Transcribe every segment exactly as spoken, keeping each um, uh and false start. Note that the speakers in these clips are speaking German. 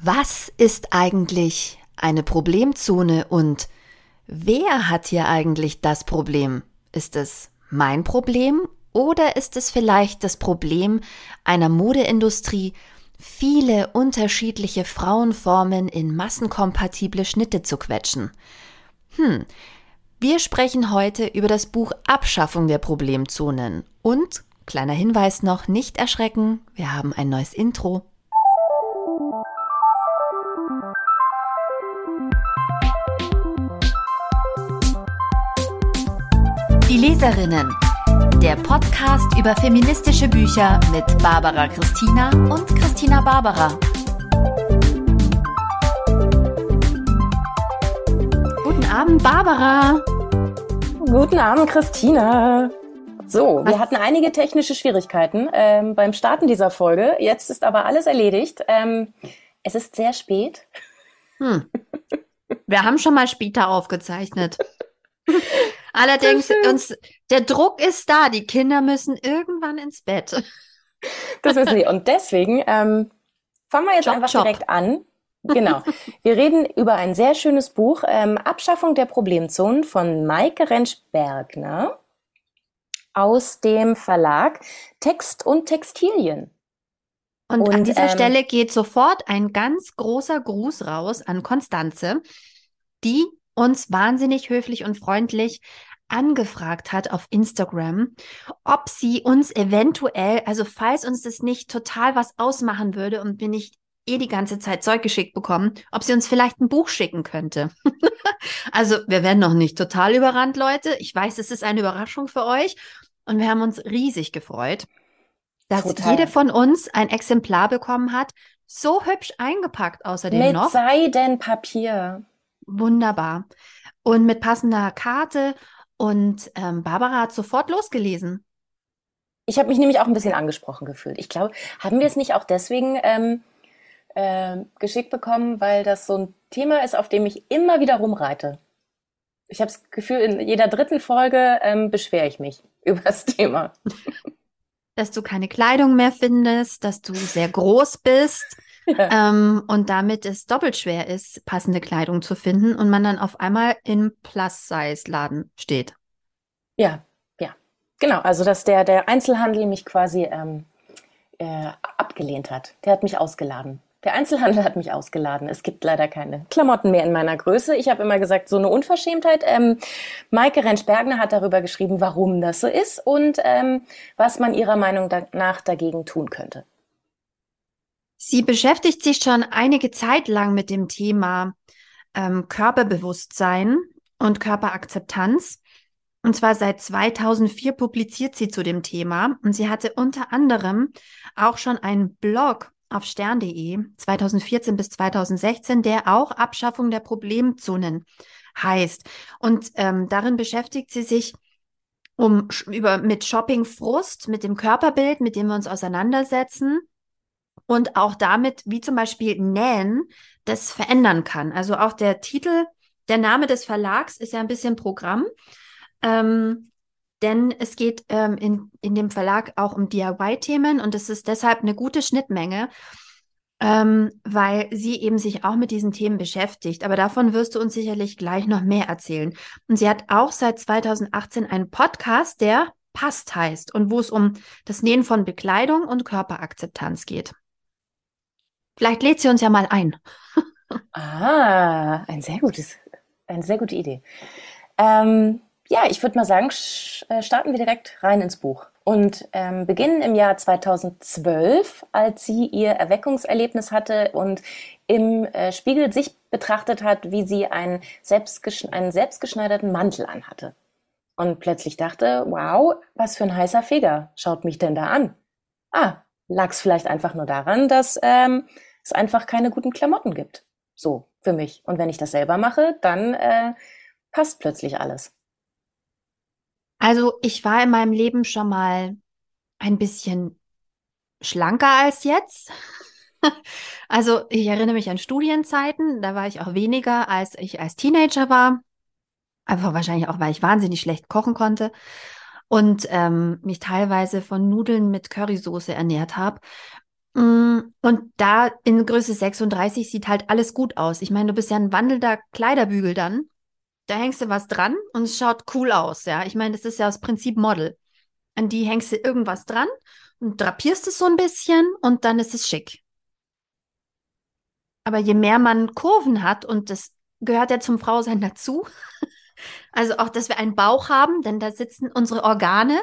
Was ist eigentlich eine Problemzone und wer hat hier eigentlich das Problem? Ist es mein Problem oder ist es vielleicht das Problem einer Modeindustrie, viele unterschiedliche Frauenformen in massenkompatible Schnitte zu quetschen? Hm, wir sprechen heute über das Buch Abschaffung der Problemzonen und, kleiner Hinweis noch, nicht erschrecken, wir haben ein neues Intro. Die Leserinnen, der Podcast über feministische Bücher mit Barbara Christina und Christina Barbara. Guten Abend, Barbara. Guten Abend, Christina. So, Was? Wir hatten einige technische Schwierigkeiten ähm, beim Starten dieser Folge. Jetzt ist aber alles erledigt. Ähm, es ist sehr spät. Hm. Wir haben schon mal später aufgezeichnet. Allerdings, uns, der Druck ist da. Die Kinder müssen irgendwann ins Bett. Das wissen Sie. Und deswegen ähm, fangen wir jetzt Job, einfach Job. direkt an. Genau. Wir reden über ein sehr schönes Buch, ähm, Abschaffung der Problemzonen von Maike Rentsch-Bergner aus dem Verlag Text und Textilien. Und, Und, an dieser ähm, Stelle geht sofort ein ganz großer Gruß raus an Konstanze, die uns wahnsinnig höflich und freundlich angefragt hat auf Instagram, ob sie uns eventuell, also falls uns das nicht total was ausmachen würde und wir nicht eh die ganze Zeit Zeug geschickt bekommen, ob sie uns vielleicht ein Buch schicken könnte. Also wir werden noch nicht total überrannt, Leute. Ich weiß, es ist eine Überraschung für euch und wir haben uns riesig gefreut, dass Total. jede von uns ein Exemplar bekommen hat. So hübsch eingepackt außerdem mit noch. Seidenpapier. Wunderbar. Und mit passender Karte. Und ähm, Barbara hat sofort losgelesen. Ich habe mich nämlich auch ein bisschen angesprochen gefühlt. Ich glaube, haben wir es nicht auch deswegen ähm, ähm, geschickt bekommen, weil das so ein Thema ist, auf dem ich immer wieder rumreite. Ich habe das Gefühl, in jeder dritten Folge ähm, beschwere ich mich über das Thema. Dass du keine Kleidung mehr findest, dass du sehr groß bist. Ja. Ähm, und damit es doppelt schwer ist, passende Kleidung zu finden und man dann auf einmal im Plus-Size-Laden steht. Ja, ja. Genau, also dass der, der Einzelhandel mich quasi ähm, äh, abgelehnt hat. Der hat mich ausgeladen. Der Einzelhandel hat mich ausgeladen. Es gibt leider keine Klamotten mehr in meiner Größe. Ich habe immer gesagt, so eine Unverschämtheit. Ähm, Maike Rentsch-Bergner hat darüber geschrieben, warum das so ist und ähm, was man ihrer Meinung nach dagegen tun könnte. Sie beschäftigt sich schon einige Zeit lang mit dem Thema ähm, Körperbewusstsein und Körperakzeptanz. Und zwar seit zweitausendvier publiziert sie zu dem Thema. Und sie hatte unter anderem auch schon einen Blog auf stern punkt de zweitausendvierzehn bis zweitausendsechzehn, der auch Abschaffung der Problemzonen heißt. Und ähm, darin beschäftigt sie sich um, über, mit Shopping-Frust, mit dem Körperbild, mit dem wir uns auseinandersetzen. Und auch damit, wie zum Beispiel Nähen das verändern kann. Also auch der Titel, der Name des Verlags ist ja ein bisschen Programm, ähm, denn es geht ähm, in, in dem Verlag auch um D I Y-Themen und es ist deshalb eine gute Schnittmenge, ähm, weil sie eben sich auch mit diesen Themen beschäftigt. Aber davon wirst du uns sicherlich gleich noch mehr erzählen. Und sie hat auch seit zweitausendachtzehn einen Podcast, der Passt heißt und wo es um das Nähen von Bekleidung und Körperakzeptanz geht. Vielleicht lädt sie uns ja mal ein. Ah, ein sehr gutes, eine sehr gute Idee. Ähm, ja, ich würde mal sagen, sch- äh, starten wir direkt rein ins Buch und ähm, beginnen im Jahr zweitausendzwölf, als sie ihr Erweckungserlebnis hatte und im äh, Spiegel sich betrachtet hat, wie sie einen, selbstgesch- einen selbstgeschneiderten Mantel anhatte. Und plötzlich dachte, wow, was für ein heißer Feger, schaut mich denn da an? Ah, lag es vielleicht einfach nur daran, dass ähm, es einfach keine guten Klamotten gibt. So, für mich. Und wenn ich das selber mache, dann äh, passt plötzlich alles. Also ich war in meinem Leben schon mal ein bisschen schlanker als jetzt. Also ich erinnere mich an Studienzeiten, da war ich auch weniger, als ich als Teenager war. Einfach wahrscheinlich auch, weil ich wahnsinnig schlecht kochen konnte und ähm, mich teilweise von Nudeln mit Currysoße ernährt habe. Mm, Und da in Größe sechsunddreißig sieht halt alles gut aus. Ich meine, du bist ja ein wandelnder Kleiderbügel dann. Da hängst du was dran und es schaut cool aus, ja. Ich meine, das ist ja aus Prinzip Model. An die hängst du irgendwas dran und drapierst es so ein bisschen und dann ist es schick. Aber je mehr man Kurven hat, und das gehört ja zum Frausein dazu, also auch, dass wir einen Bauch haben, denn da sitzen unsere Organe,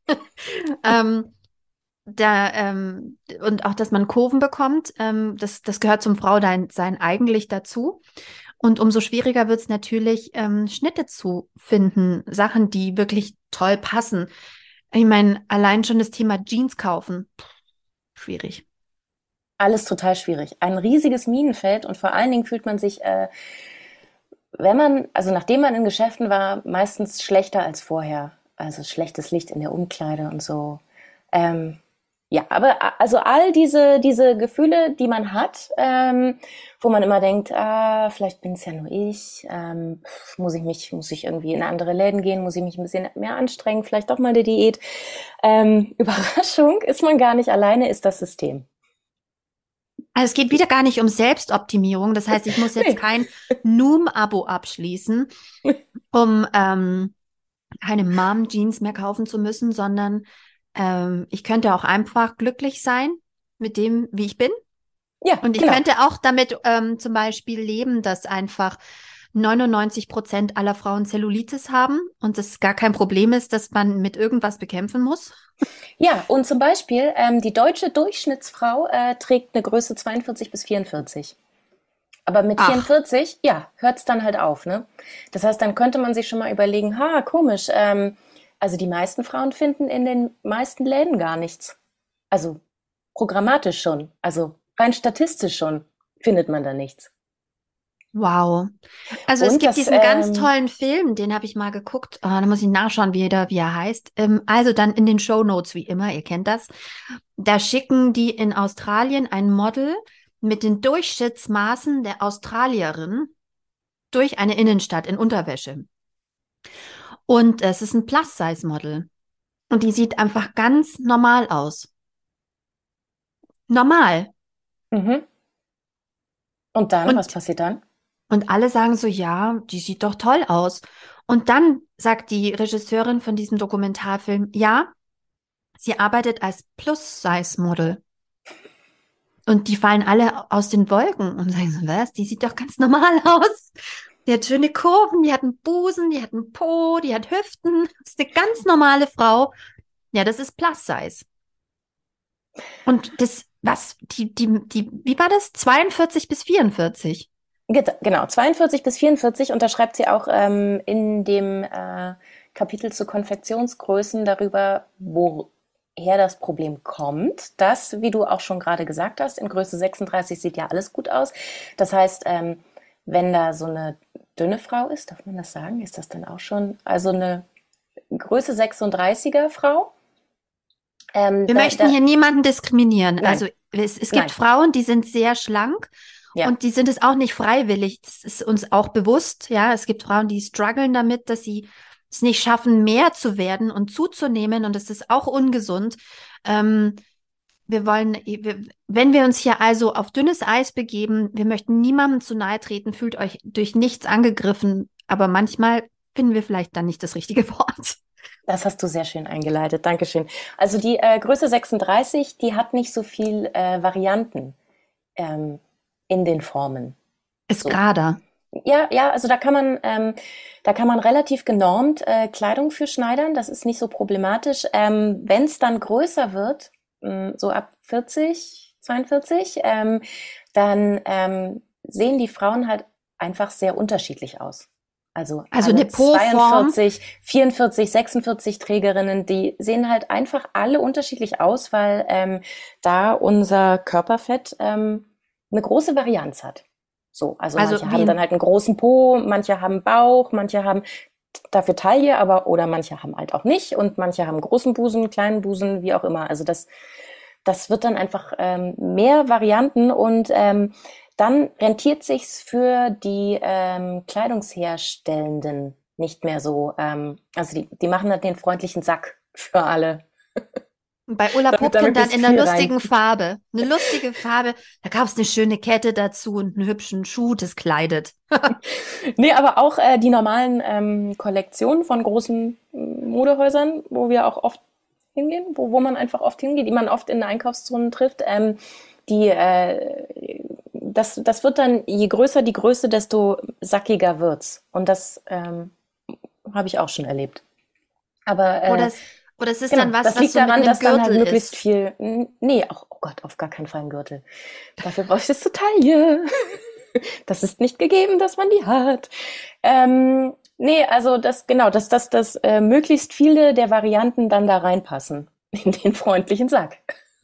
ähm, da, ähm, und auch, dass man Kurven bekommt, ähm, das, das gehört zum Frausein eigentlich dazu. Und umso schwieriger wird es natürlich, ähm, Schnitte zu finden, Sachen, die wirklich toll passen. Ich meine, allein schon das Thema Jeans kaufen, schwierig. Alles total schwierig. Ein riesiges Minenfeld und vor allen Dingen fühlt man sich, äh, wenn man, also nachdem man in Geschäften war, meistens schlechter als vorher. Also schlechtes Licht in der Umkleide und so. Ähm, ja, aber a- also all diese, diese Gefühle, die man hat, ähm, wo man immer denkt, ah, vielleicht bin es ja nur ich, ähm, pf, muss ich mich, muss ich irgendwie in andere Läden gehen, muss ich mich ein bisschen mehr anstrengen, vielleicht doch mal eine Diät. Ähm, Überraschung, ist man gar nicht alleine, ist das System. Also es geht wieder gar nicht um Selbstoptimierung. Das heißt, ich muss jetzt Nee. kein Noom-Abo abschließen, um ähm, keine Mom-Jeans mehr kaufen zu müssen, sondern ähm, ich könnte auch einfach glücklich sein mit dem, wie ich bin. Ja, Und ich genau. könnte auch damit ähm, zum Beispiel leben, dass einfach neunundneunzig Prozent aller Frauen Zellulitis haben und es gar kein Problem ist, dass man mit irgendwas bekämpfen muss. Ja, und zum Beispiel, ähm, die deutsche Durchschnittsfrau äh, trägt eine Größe zweiundvierzig bis vierundvierzig. Aber mit Ach, vierundvierzig, ja, hört's dann halt auf, ne? Das heißt, dann könnte man sich schon mal überlegen, ha, komisch, ähm, also die meisten Frauen finden in den meisten Läden gar nichts. Also programmatisch schon, also rein statistisch schon findet man da nichts. wow. Also es Und gibt das, diesen ganz ähm, tollen Film, den habe ich mal geguckt. Ah, da muss ich nachschauen, wie er, wie er heißt. Ähm, also dann in den Shownotes, wie immer, ihr kennt das. Da schicken die in Australien ein Model mit den Durchschnittsmaßen der Australierin durch eine Innenstadt in Unterwäsche. Und es ist ein Plus-Size-Model. Und die sieht einfach ganz normal aus. Normal. mhm. Und dann, was Und, passiert dann? und alle sagen so, ja, die sieht doch toll aus. Und dann sagt die Regisseurin von diesem Dokumentarfilm, ja, sie arbeitet als Plus-Size-Model. Und die fallen alle aus den Wolken und sagen so, was? Die sieht doch ganz normal aus. Die hat schöne Kurven, die hat einen Busen, die hat einen Po, die hat Hüften. Das ist eine ganz normale Frau. Ja, das ist Plus-Size. Und das, was, die, die, die, wie war das? zweiundvierzig bis vierundvierzig. Get- Genau, zweiundvierzig bis vierundvierzig unterschreibt sie auch ähm, in dem äh, Kapitel zu Konfektionsgrößen darüber, woher das Problem kommt. Das, wie du auch schon gerade gesagt hast, in Größe sechsunddreißig sieht ja alles gut aus. Das heißt, ähm, wenn da so eine dünne Frau ist, darf man das sagen? Ist das dann auch schon? Also eine Größe sechsunddreißiger Frau? Ähm, Wir da, möchten da, hier niemanden diskriminieren. nein, Also es, es gibt nein, Frauen, die sind sehr schlank ja. und die sind es auch nicht freiwillig. Das ist uns auch bewusst. Ja, es gibt Frauen, die strugglen damit, dass sie es nicht schaffen, mehr zu werden und zuzunehmen. Und es ist auch ungesund. Ähm, wir wollen, wir, wenn wir uns hier also auf dünnes Eis begeben, wir möchten niemandem zu nahe treten, fühlt euch durch nichts angegriffen. Aber manchmal finden wir vielleicht dann nicht das richtige Wort. Das hast du sehr schön eingeleitet. Dankeschön. Also die äh, Größe sechsunddreißig, die hat nicht so viel äh, Varianten ähm, in den Formen. So. Escada. Ja, ja, also da kann man, ähm, da kann man relativ genormt äh, Kleidung für schneidern. Das ist nicht so problematisch. Ähm, wenn es dann größer wird, mh, so ab vierzig, zweiundvierzig, ähm, dann ähm, sehen die Frauen halt einfach sehr unterschiedlich aus. Also Also eine alle Po-Form. zweiundvierzig, vierundvierzig, sechsundvierzig Trägerinnen, die sehen halt einfach alle unterschiedlich aus, weil ähm, da unser Körperfett ähm, eine große Varianz hat. So, also Also manche wie haben dann ein, halt einen großen Po, manche haben Bauch, manche haben dafür Taille, aber oder manche haben halt auch nicht und manche haben großen Busen, kleinen Busen, wie auch immer. Also das, das wird dann einfach ähm, mehr Varianten und ähm, dann rentiert sich's für die ähm, Kleidungsherstellenden nicht mehr so. Ähm, also die, die machen halt den freundlichen Sack für alle. Bei Ulla Damit, Pupken damit dann bist in einer viel rein. lustigen Farbe. Eine lustige Farbe. Da gab es eine schöne Kette dazu und einen hübschen Schuh, das kleidet. Nee, aber auch äh, die normalen ähm, Kollektionen von großen mm, Modehäusern, wo wir auch oft hingehen, wo, wo man einfach oft hingeht, die man oft in Einkaufszonen trifft, ähm, die, äh, das, das wird dann, je größer die Größe, desto sackiger wird's. Und das ähm, habe ich auch schon erlebt. Aber Oder äh, es, oder es ist genau, dann was, das was liegt so mit daran, einem dass dann halt Gürtel möglichst ist. viel, n- nee, auch, oh Gott, auf gar keinen Fall ein Gürtel. Dafür brauche ich das zur Taille. Das ist nicht gegeben, dass man die hat. Ähm, nee, also das, genau, dass, dass, dass äh, möglichst viele der Varianten dann da reinpassen in den freundlichen Sack.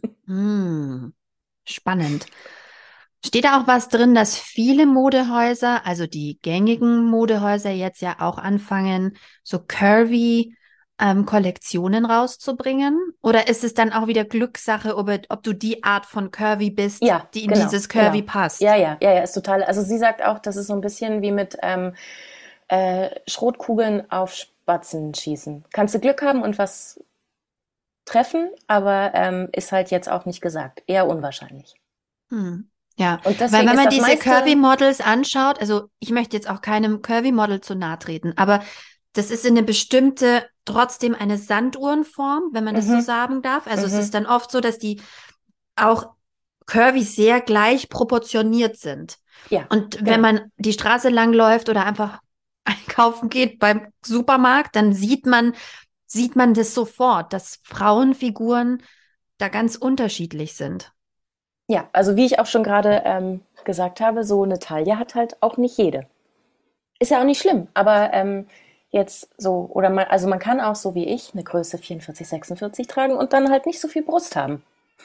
Hm, spannend. Steht da auch was drin, dass viele Modehäuser, also die gängigen Modehäuser jetzt ja auch anfangen, so curvy ähm, Kollektionen rauszubringen? Oder ist es dann auch wieder Glückssache, ob, ob du die Art von curvy bist, Ja, die in genau, dieses genau. curvy Ja, passt? ja, ja, ja, ist total. Also sie sagt auch, das ist so ein bisschen wie mit ähm, äh, Schrotkugeln auf Spatzen schießen. Kannst du Glück haben und was treffen, aber ähm, ist halt jetzt auch nicht gesagt. Eher unwahrscheinlich. Hm. Ja, Und weil deswegen wenn ist man das diese meiste, Curvy-Models anschaut, also ich möchte jetzt auch keinem Curvy-Model zu nahe treten, aber das ist in eine bestimmte, trotzdem eine Sanduhrenform, wenn man das so mhm, sagen darf. Also es mhm, ist dann oft so, dass die auch curvy sehr gleich proportioniert sind. ja, Und wenn genau. man die Straße lang läuft oder einfach einkaufen geht beim Supermarkt, dann sieht man, sieht man das sofort, dass Frauenfiguren da ganz unterschiedlich sind. Ja, also wie ich auch schon gerade ähm, gesagt habe, so eine Taille hat halt auch nicht jede. Ist ja auch nicht schlimm, aber ähm, jetzt so, oder man, also man kann auch so wie ich eine Größe vierundvierzig, sechsundvierzig tragen und dann halt nicht so viel Brust haben.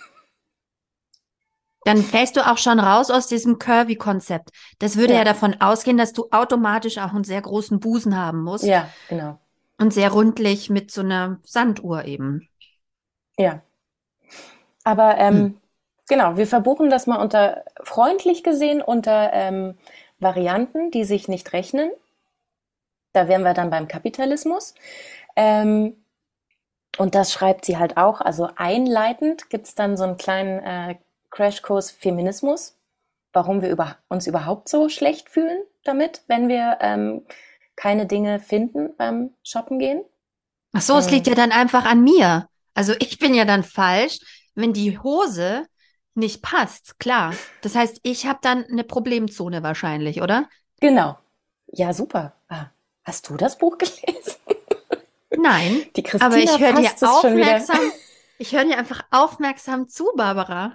Dann fällst du auch schon raus aus diesem Curvy-Konzept. Das würde ja Ja, davon ausgehen, dass du automatisch auch einen sehr großen Busen haben musst ja, genau. und sehr rundlich mit so einer Sanduhr eben. Ja, aber Hm. ähm, genau, wir verbuchen das mal unter freundlich gesehen unter ähm, Varianten, die sich nicht rechnen. Da wären wir dann beim Kapitalismus. Ähm, und das schreibt sie halt auch. Also einleitend gibt es dann so einen kleinen äh, Crashkurs Feminismus, warum wir über, uns überhaupt so schlecht fühlen damit, wenn wir ähm, keine Dinge finden beim Shoppen gehen. Ach so, es liegt Ähm, ja dann einfach an mir. Also ich bin ja dann falsch, wenn die Hose nicht passt, klar. Das heißt, ich habe dann eine Problemzone wahrscheinlich, oder? genau. Ja, super. Ah, hast du das Buch gelesen? Nein, Die aber Christina ich höre dir fasst es schon wieder. aufmerksam, ich höre dir einfach aufmerksam zu, Barbara.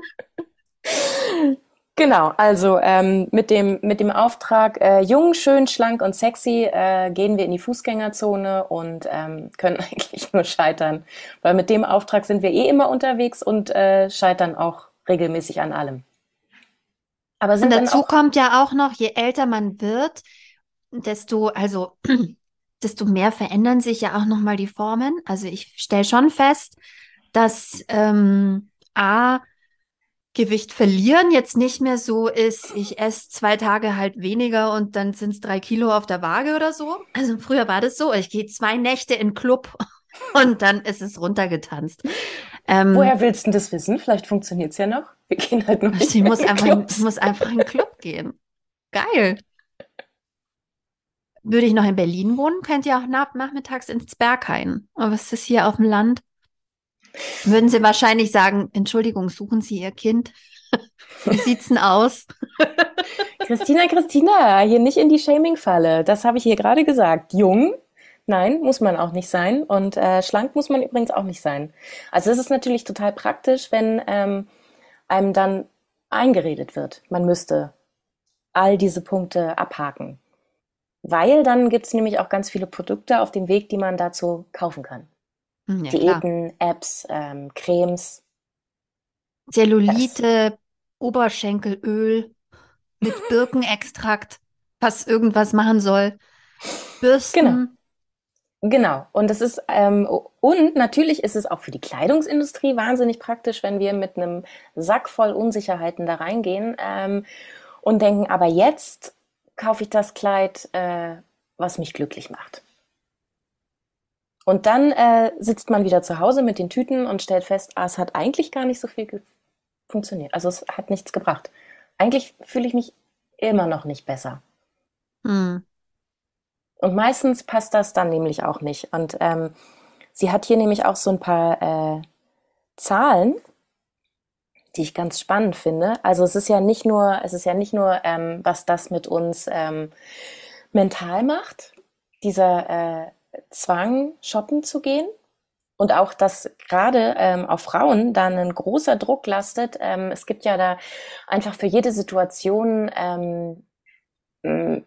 Genau, also ähm, mit dem, mit dem Auftrag, äh, jung, schön, schlank und sexy, äh, gehen wir in die Fußgängerzone und ähm, können eigentlich nur scheitern. Weil mit dem Auftrag sind wir eh immer unterwegs und äh, scheitern auch regelmäßig an allem. Aber Und sind dann dazu auch, kommt ja auch noch, je älter man wird, desto, also, desto mehr verändern sich ja auch nochmal die Formen. Also ich stelle schon fest, dass ähm, A, Gewicht verlieren jetzt nicht mehr so ist, ich esse zwei Tage halt weniger und dann sind es drei Kilo auf der Waage oder so. Also früher war das so, ich gehe zwei Nächte in den Club und dann ist es runtergetanzt. Ähm, woher willst du denn das wissen? Vielleicht funktioniert's ja noch. Wir gehen halt nur also nicht ich mehr muss in einfach, ich Clubs. muss einfach in den Club gehen. Geil. Würde ich noch in Berlin wohnen, könnt ihr auch nach nachmittags ins Berghain. Aber was ist das hier auf dem Land? Würden Sie wahrscheinlich sagen, Entschuldigung, suchen Sie Ihr Kind? Wie sieht's denn aus? Christina, Christina, hier nicht in die Shaming-Falle. Das habe ich hier gerade gesagt. Jung? Nein, muss man auch nicht sein. Und äh, schlank muss man übrigens auch nicht sein. Also es ist natürlich total praktisch, wenn ähm, einem dann eingeredet wird, man müsste all diese Punkte abhaken. Weil dann gibt es nämlich auch ganz viele Produkte auf dem Weg, die man dazu kaufen kann. Hm, ja, klar. Diäten, Apps, ähm, Cremes. Das, Zellulite, Oberschenkelöl mit Birkenextrakt, was irgendwas machen soll. genau. Bürsten. Genau. Und das ist, ähm, und natürlich ist es auch für die Kleidungsindustrie wahnsinnig praktisch, wenn wir mit einem Sack voll Unsicherheiten da reingehen ähm, und denken, aber jetzt kaufe ich das Kleid, äh, was mich glücklich macht. Und dann äh, sitzt man wieder zu Hause mit den Tüten und stellt fest, ah, es hat eigentlich gar nicht so viel ge- funktioniert. Also es hat nichts gebracht. Eigentlich fühle ich mich immer noch nicht besser. Hm. Und meistens passt das dann nämlich auch nicht. Und ähm, sie hat hier nämlich auch so ein paar äh, Zahlen, die ich ganz spannend finde. Also es ist ja nicht nur, es ist ja nicht nur, ähm, was das mit uns ähm, mental macht, dieser äh, Zwang, shoppen zu gehen. Und auch, dass gerade ähm, auf Frauen da ein großer Druck lastet. Ähm, es gibt ja da einfach für jede Situation ähm, m,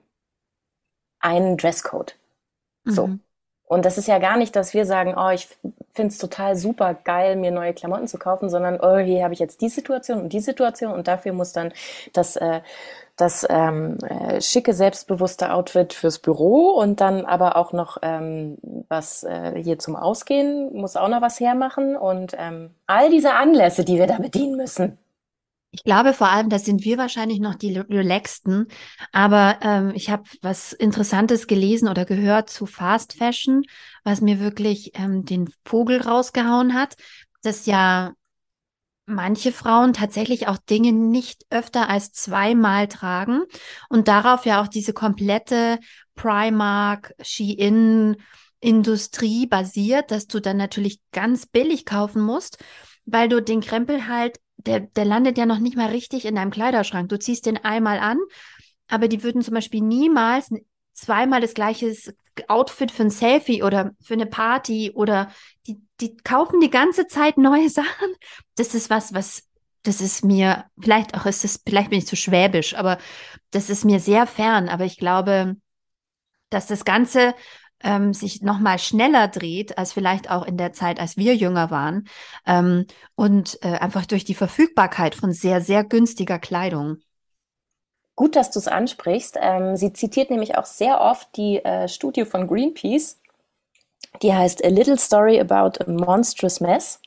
einen Dresscode. So. Mhm. Und das ist ja gar nicht, dass wir sagen, oh, ich finde es total super geil, mir neue Klamotten zu kaufen, sondern oh, hier habe ich jetzt die Situation und die Situation und dafür muss dann das, äh, das ähm, äh, schicke, selbstbewusste Outfit fürs Büro und dann aber auch noch ähm, was äh, hier zum Ausgehen, muss auch noch was hermachen und ähm, all diese Anlässe, die wir da bedienen müssen. Ich glaube vor allem, da sind wir wahrscheinlich noch die relaxten. Aber ähm, ich habe was Interessantes gelesen oder gehört zu Fast Fashion, was mir wirklich ähm, den Vogel rausgehauen hat, dass ja manche Frauen tatsächlich auch Dinge nicht öfter als zweimal tragen und darauf ja auch diese komplette Primark, Shein Industrie basiert, dass du dann natürlich ganz billig kaufen musst, weil du den Krempel halt, der, der landet ja noch nicht mal richtig in deinem Kleiderschrank. Du ziehst den einmal an, aber die würden zum Beispiel niemals zweimal das gleiche Outfit für ein Selfie oder für eine Party oder die, die kaufen die ganze Zeit neue Sachen. Das ist was, was, das ist mir, vielleicht auch ist es, vielleicht bin ich zu schwäbisch, aber das ist mir sehr fern. Aber ich glaube, dass das Ganze ähm, sich noch mal schneller dreht, als vielleicht auch in der Zeit, als wir jünger waren. Ähm, und äh, einfach durch die Verfügbarkeit von sehr, sehr günstiger Kleidung. Gut, dass du es ansprichst. Ähm, sie zitiert nämlich auch sehr oft die äh, Studie von Greenpeace, die heißt A Little Story About a Monstrous Mess.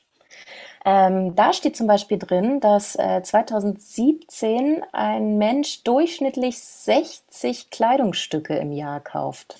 Ähm, da steht zum Beispiel drin, dass äh, zweitausendsiebzehn ein Mensch durchschnittlich sechzig Kleidungsstücke im Jahr kauft.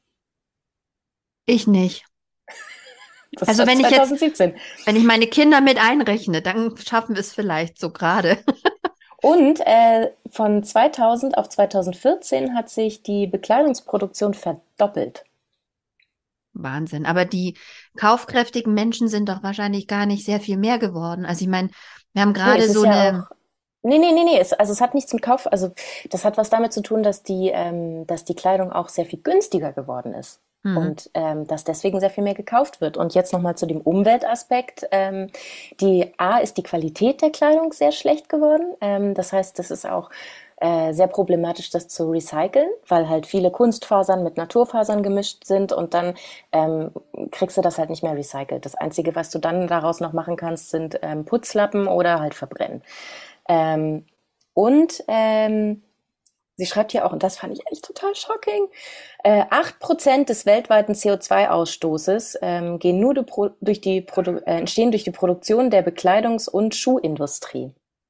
Ich nicht. Das Also war wenn ich jetzt, zweitausendsiebzehn. wenn ich meine Kinder mit einrechne, dann schaffen wir es vielleicht so gerade. Und äh, von zweitausend auf zweitausendvierzehn hat sich die Bekleidungsproduktion verdoppelt. Wahnsinn. Aber die kaufkräftigen Menschen sind doch wahrscheinlich gar nicht sehr viel mehr geworden. Also ich meine, wir haben Nee, gerade es so ist ja eine, auch. Nee, nee, nee, nee. Es, also es hat nichts mit Kauf. Also das hat was damit zu tun, dass die, ähm, dass die Kleidung auch sehr viel günstiger geworden ist. hm, Und ähm, dass deswegen sehr viel mehr gekauft wird. Und jetzt nochmal zu dem Umweltaspekt. Ähm, die A ist die Qualität der Kleidung sehr schlecht geworden. Ähm, das heißt, das ist auch äh, sehr problematisch, das zu recyceln, weil halt viele Kunstfasern mit Naturfasern gemischt sind und dann ähm, kriegst du das halt nicht mehr recycelt. Das Einzige, was du dann daraus noch machen kannst, sind ähm, Putzlappen oder halt verbrennen. Ähm, und ähm, sie schreibt hier auch, und das fand ich echt total shocking, äh, acht Prozent des weltweiten C O zwei Ausstoßes ähm, gehen nur du- durch die Produ äh, entstehen durch die Produktion der Bekleidungs- und Schuhindustrie.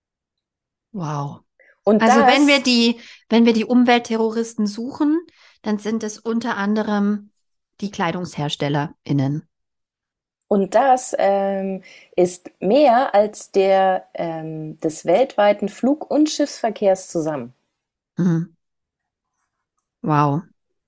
wow. Und Also wenn wir das, die, wenn wir die Umweltterroristen suchen, dann sind es unter anderem die KleidungsherstellerInnen. und das ähm, ist mehr als der ähm, des weltweiten Flug- und Schiffsverkehrs zusammen. Mhm. Wow.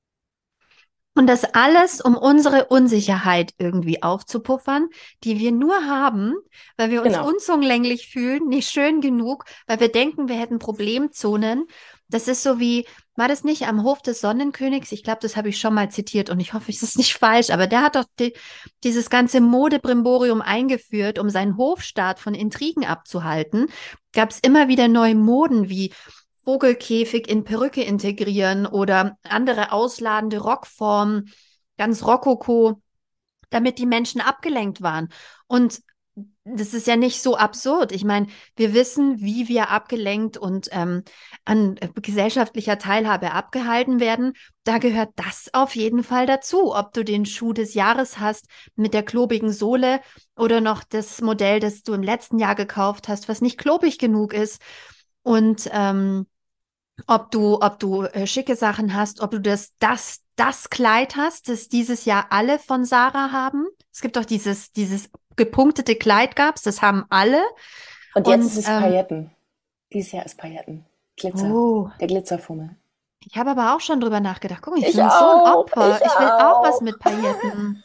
Und das alles, um unsere Unsicherheit irgendwie aufzupuffern, die wir nur haben, weil wir uns Genau. unzulänglich fühlen, nicht schön genug, weil wir denken, wir hätten Problemzonen. Das ist so wie, war das nicht am Hof des Sonnenkönigs? Ich glaube, das habe ich schon mal zitiert und ich hoffe, es ist nicht falsch, aber der hat doch die, dieses ganze Modebrimborium eingeführt, um seinen Hofstaat von Intrigen abzuhalten. Gab es immer wieder neue Moden wie Vogelkäfig in Perücke integrieren oder andere ausladende Rockformen, ganz Rokoko, damit die Menschen abgelenkt waren. Und das ist ja nicht so absurd. Ich meine, wir wissen, wie wir abgelenkt und ähm, an äh, gesellschaftlicher Teilhabe abgehalten werden. Da gehört das auf jeden Fall dazu. Ob du den Schuh des Jahres hast mit der klobigen Sohle oder noch das Modell, das du im letzten Jahr gekauft hast, was nicht klobig genug ist. Und ähm, ob du, ob du äh, schicke Sachen hast, ob du das, das, das Kleid hast, das dieses Jahr alle von Sarah haben. Es gibt doch dieses, dieses gepunktete Kleid gab's, das haben alle. Und jetzt ist Und es ähm, Pailletten. Dieses Jahr ist Pailletten. Glitzer. oh, Der Glitzerfummel. ich habe aber auch schon drüber nachgedacht. Guck mal, ich Ich bin so ein auch, Opfer. ich Ich will auch was auch. mit Pailletten.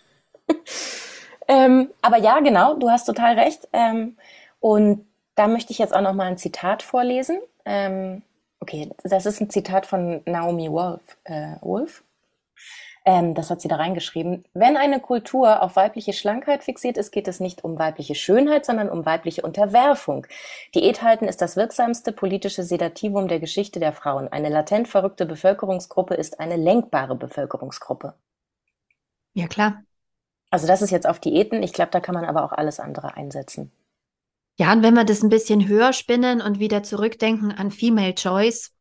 Ähm, aber ja, genau, du hast total recht. Ähm, und da möchte ich jetzt auch noch mal ein Zitat vorlesen. Ähm, okay, das ist ein Zitat von Naomi Wolf. Äh, Wolf. Ähm, das hat sie da reingeschrieben. Wenn eine Kultur auf weibliche Schlankheit fixiert ist, geht es nicht um weibliche Schönheit, sondern um weibliche Unterwerfung. Diät halten ist das wirksamste politische Sedativum der Geschichte der Frauen. Eine latent verrückte Bevölkerungsgruppe ist eine lenkbare Bevölkerungsgruppe. Ja, klar. Also das ist jetzt auf Diäten. Ich glaube, da kann man aber auch alles andere einsetzen. Ja, und wenn wir das ein bisschen höher spinnen und wieder zurückdenken an Female Choice,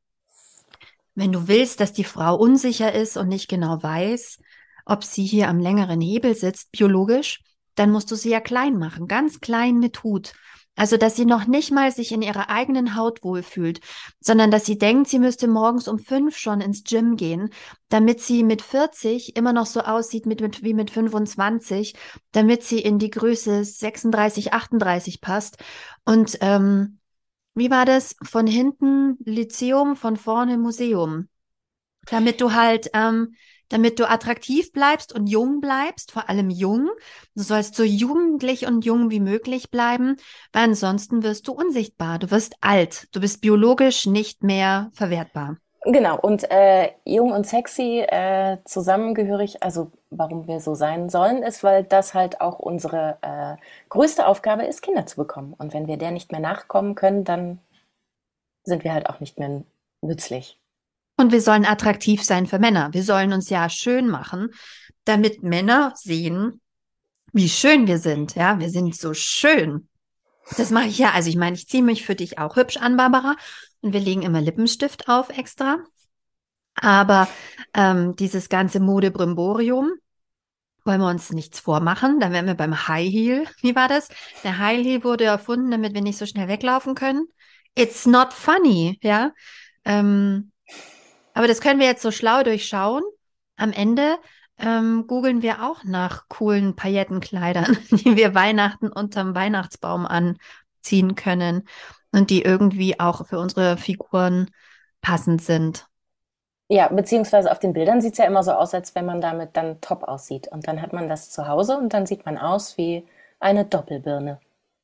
wenn du willst, dass die Frau unsicher ist und nicht genau weiß, ob sie hier am längeren Hebel sitzt, biologisch, dann musst du sie ja klein machen, ganz klein mit Hut. Also, dass sie noch nicht mal sich in ihrer eigenen Haut wohlfühlt, sondern dass sie denkt, sie müsste morgens um fünf schon ins Gym gehen, damit sie mit vierzig immer noch so aussieht mit, mit, wie mit fünfundzwanzig, damit sie in die Größe sechsunddreißig, achtunddreißig passt. Und ähm, wie war das? Von hinten Lyzeum, von vorne Museum. Damit du halt, ähm, damit du attraktiv bleibst und jung bleibst, vor allem jung. Du sollst so jugendlich und jung wie möglich bleiben, weil ansonsten wirst du unsichtbar. Du wirst alt. Du bist biologisch nicht mehr verwertbar. Genau, und äh, jung und sexy äh, zusammengehörig, also warum wir so sein sollen, ist, weil das halt auch unsere äh, größte Aufgabe ist, Kinder zu bekommen. Und wenn wir der nicht mehr nachkommen können, dann sind wir halt auch nicht mehr nützlich. Und wir sollen attraktiv sein für Männer. Wir sollen uns ja schön machen, damit Männer sehen, wie schön wir sind. Ja, wir sind so schön. Das mache ich ja. Also ich meine, ich ziehe mich für dich auch hübsch an, Barbara. Und wir legen immer Lippenstift auf extra. Aber ähm, dieses ganze Modebrimborium wollen wir uns nichts vormachen. Dann wären wir beim High Heel. Wie war das? Der High Heel wurde erfunden, damit wir nicht so schnell weglaufen können. It's not funny, ja. Ähm, aber das können wir jetzt so schlau durchschauen. Am Ende ähm, googeln wir auch nach coolen Paillettenkleidern, die wir Weihnachten unterm Weihnachtsbaum anziehen können und die irgendwie auch für unsere Figuren passend sind. Ja, beziehungsweise auf den Bildern sieht es ja immer so aus, als wenn man damit dann top aussieht. Und dann hat man das zu Hause und dann sieht man aus wie eine Doppelbirne.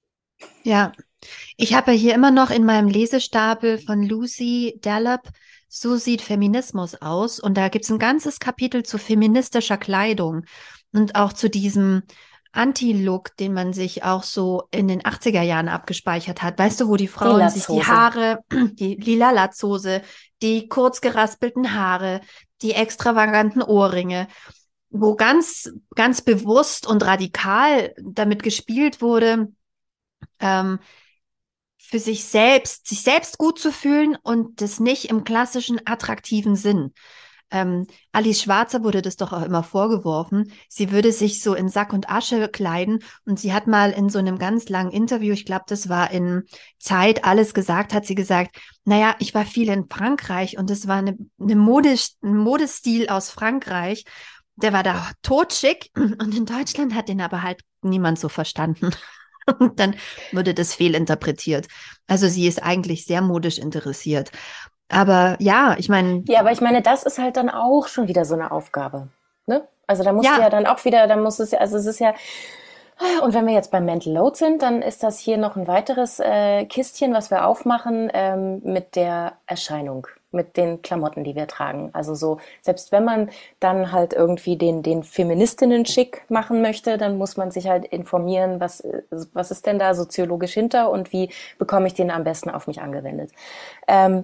Ja, ich habe hier immer noch in meinem Lesestapel von Lucy Dallup, so sieht Feminismus aus. Und da gibt es ein ganzes Kapitel zu feministischer Kleidung und auch zu diesem Anti-Look, den man sich auch so in den achtziger Jahren abgespeichert hat. Weißt du, wo die Die Frauen sich die Latzhose. Haare, die lila Latzhose, die kurz geraspelten Haare, die extravaganten Ohrringe, wo ganz, ganz bewusst und radikal damit gespielt wurde, ähm, für sich selbst, sich selbst gut zu fühlen und das nicht im klassischen attraktiven Sinn. Ähm, Alice Schwarzer wurde das doch auch immer vorgeworfen. Sie würde sich so in Sack und Asche kleiden und sie hat mal in so einem ganz langen Interview, ich glaube, das war in Zeit, alles gesagt, hat sie gesagt, naja, ich war viel in Frankreich und es war eine, eine Modisch, ein Modestil aus Frankreich. Der war da totschick und in Deutschland hat den aber halt niemand so verstanden. Und dann wurde das fehlinterpretiert. Also sie ist eigentlich sehr modisch interessiert. Aber ja, ich meine, Ja, aber ich meine, das ist halt dann auch schon wieder so eine Aufgabe. Ne? Also da musst du ja ja, dann auch wieder, da muss es ja, also es ist ja, und wenn wir jetzt beim Mental Load sind, dann ist das hier noch ein weiteres äh, Kistchen, was wir aufmachen ähm, mit der Erscheinung, mit den Klamotten, die wir tragen. Also so, selbst wenn man dann halt irgendwie den, den Feministinnen-Schick machen möchte, dann muss man sich halt informieren, was, was ist denn da soziologisch hinter und wie bekomme ich den am besten auf mich angewendet. Ähm,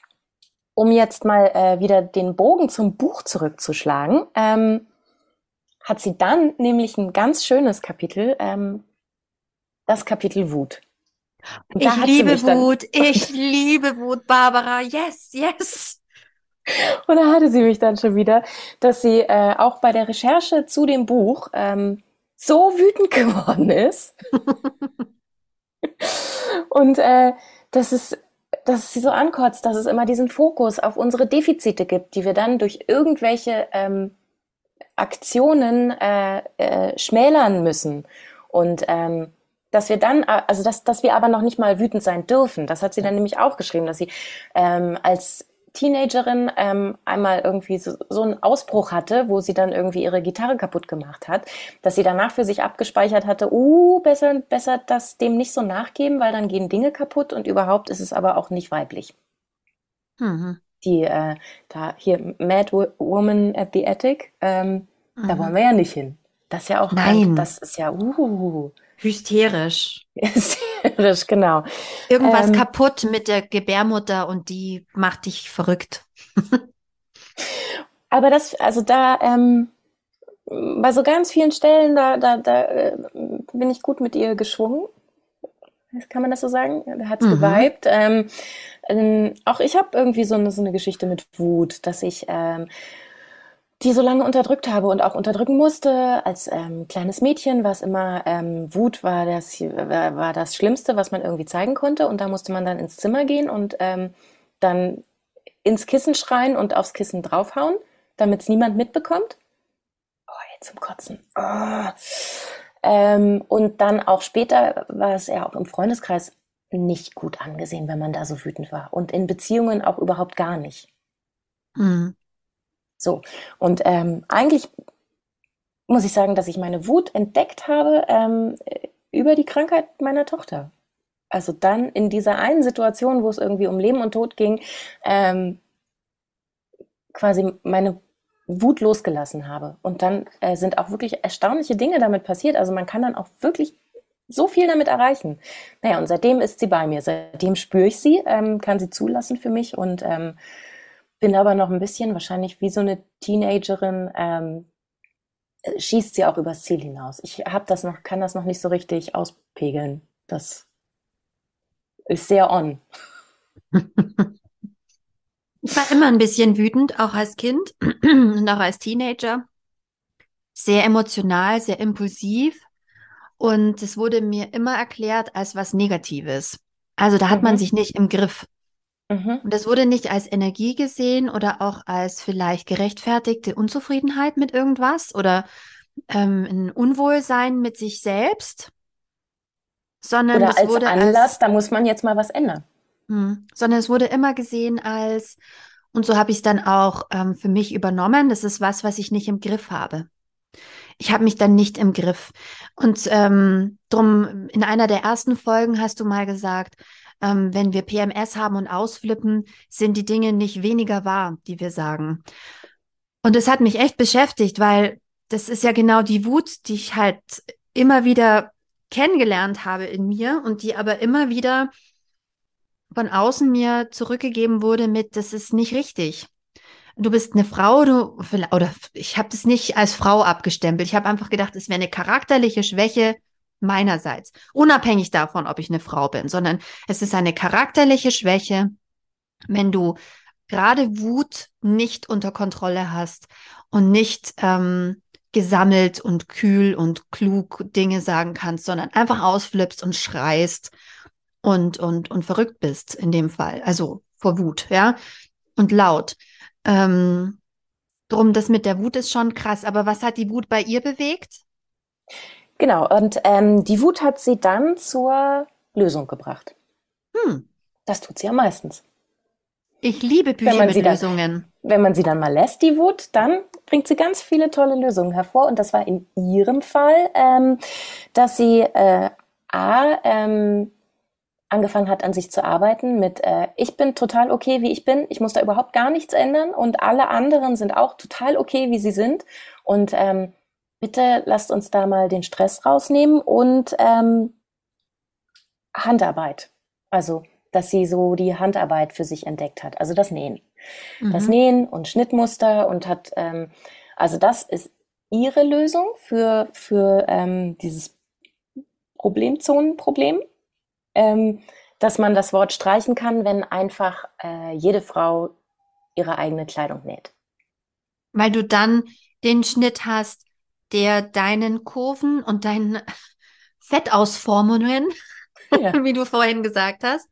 um jetzt mal äh, wieder den Bogen zum Buch zurückzuschlagen, ähm, hat sie dann nämlich ein ganz schönes Kapitel, ähm, das Kapitel Wut. Und ich da hat sie liebe mich dann, Wut, ich liebe Wut, Barbara. Yes, yes. und da hatte sie mich dann schon wieder, dass sie äh, auch bei der Recherche zu dem Buch ähm, so wütend geworden ist. Und äh, das ist, dass es sie so ankotzt, dass es immer diesen Fokus auf unsere Defizite gibt, die wir dann durch irgendwelche ähm, Aktionen äh, äh, schmälern müssen. Und ähm, dass wir dann, also dass, dass wir aber noch nicht mal wütend sein dürfen. Das hat sie dann nämlich auch geschrieben, dass sie ähm, als Teenagerin ähm, einmal irgendwie so, so einen Ausbruch hatte, wo sie dann irgendwie ihre Gitarre kaputt gemacht hat, dass sie danach für sich abgespeichert hatte, uh, besser, besser das dem nicht so nachgeben, weil dann gehen Dinge kaputt und überhaupt ist es aber auch nicht weiblich. Mhm. Die, äh, da hier Mad Wo- Woman at the Attic, ähm, da wollen Mhm. wir ja nicht hin. Das ist ja auch krank. Nein, Das ist ja, uh, hysterisch. hysterisch, genau. Irgendwas Ähm, kaputt mit der Gebärmutter und die macht dich verrückt. aber das, also da, ähm, bei so ganz vielen Stellen, da, da, da äh, bin ich gut mit ihr geschwungen. Kann man das so sagen? Da hat's Mhm. geweibt. Ähm, ähm, auch ich habe irgendwie so eine, so eine Geschichte mit Wut, dass ich ähm, die so lange unterdrückt habe und auch unterdrücken musste. Als ähm, kleines Mädchen war es immer, ähm, Wut war das, war, war das Schlimmste, was man irgendwie zeigen konnte. Und da musste man dann ins Zimmer gehen und ähm, dann ins Kissen schreien und aufs Kissen draufhauen, damit es niemand mitbekommt. Oh, jetzt zum Kotzen. Oh. Ähm, und dann auch später war es ja auch im Freundeskreis nicht gut angesehen, wenn man da so wütend war. Und in Beziehungen auch überhaupt gar nicht. Mhm. So. Und ähm, eigentlich muss ich sagen, dass ich meine Wut entdeckt habe ähm, über die Krankheit meiner Tochter. Also dann in dieser einen Situation, wo es irgendwie um Leben und Tod ging, ähm, quasi meine Wut losgelassen habe. Und dann äh, sind auch wirklich erstaunliche Dinge damit passiert. Also man kann dann auch wirklich so viel damit erreichen. Naja, und seitdem ist sie bei mir. Seitdem spüre ich sie, ähm, kann sie zulassen für mich und ähm, bin aber noch ein bisschen wahrscheinlich wie so eine Teenagerin, ähm, schießt sie auch übers Ziel hinaus. Ich habe das noch, kann das noch nicht so richtig auspegeln. Das ist sehr on. Ich war immer ein bisschen wütend, auch als Kind und auch als Teenager. Sehr emotional, sehr impulsiv. Und es wurde mir immer erklärt als was Negatives. Also da hat man Mhm, sich nicht im Griff. mhm. Und das wurde nicht als Energie gesehen oder auch als vielleicht gerechtfertigte Unzufriedenheit mit irgendwas oder ähm, ein Unwohlsein mit sich selbst, sondern Oder das als wurde als, Anlass, da muss man jetzt mal was ändern. hm, sondern es wurde immer gesehen als, und so habe ich es dann auch ähm, für mich übernommen, das ist was, was ich nicht im Griff habe. Ich habe mich dann nicht im Griff. Und ähm, drum, in einer der ersten Folgen hast du mal gesagt, ähm, wenn wir P M S haben und ausflippen, sind die Dinge nicht weniger wahr, die wir sagen. Und das hat mich echt beschäftigt, weil das ist ja genau die Wut, die ich halt immer wieder kennengelernt habe in mir und die aber immer wieder von außen mir zurückgegeben wurde mit, das ist nicht richtig. Du bist eine Frau, du, oder ich habe das nicht als Frau abgestempelt. Ich habe einfach gedacht, es wäre eine charakterliche Schwäche meinerseits, unabhängig davon, ob ich eine Frau bin, sondern es ist eine charakterliche Schwäche, wenn du gerade Wut nicht unter Kontrolle hast und nicht ähm, gesammelt und kühl und klug Dinge sagen kannst, sondern einfach ausflippst und schreist und, und, und verrückt bist in dem Fall, also vor Wut, ja, und laut. Ähm, Drum, das mit der Wut ist schon krass. Aber was hat die Wut bei ihr bewegt? Genau, und ähm, die Wut hat sie dann zur Lösung gebracht. Hm, Das tut sie ja meistens. ich liebe Wenn Bücher man mit sie dann, Lösungen. wenn man sie dann mal lässt, die Wut, dann bringt sie ganz viele tolle Lösungen hervor. Und das war in ihrem Fall, ähm, dass sie äh, A, ähm, angefangen hat, an sich zu arbeiten mit, äh, ich bin total okay, wie ich bin, ich muss da überhaupt gar nichts ändern und alle anderen sind auch total okay, wie sie sind. Und ähm, bitte lasst uns da mal den Stress rausnehmen und ähm, Handarbeit. Also, dass sie so die Handarbeit für sich entdeckt hat, also das Nähen. Das Mhm. Nähen und Schnittmuster und hat, ähm, also das ist ihre Lösung für, für ähm, dieses Problemzonenproblem, ähm, dass man das Wort streichen kann, wenn einfach äh, jede Frau ihre eigene Kleidung näht. Weil du dann den Schnitt hast, der deinen Kurven und deinen Fettausformungen, Ja. wie du vorhin gesagt hast,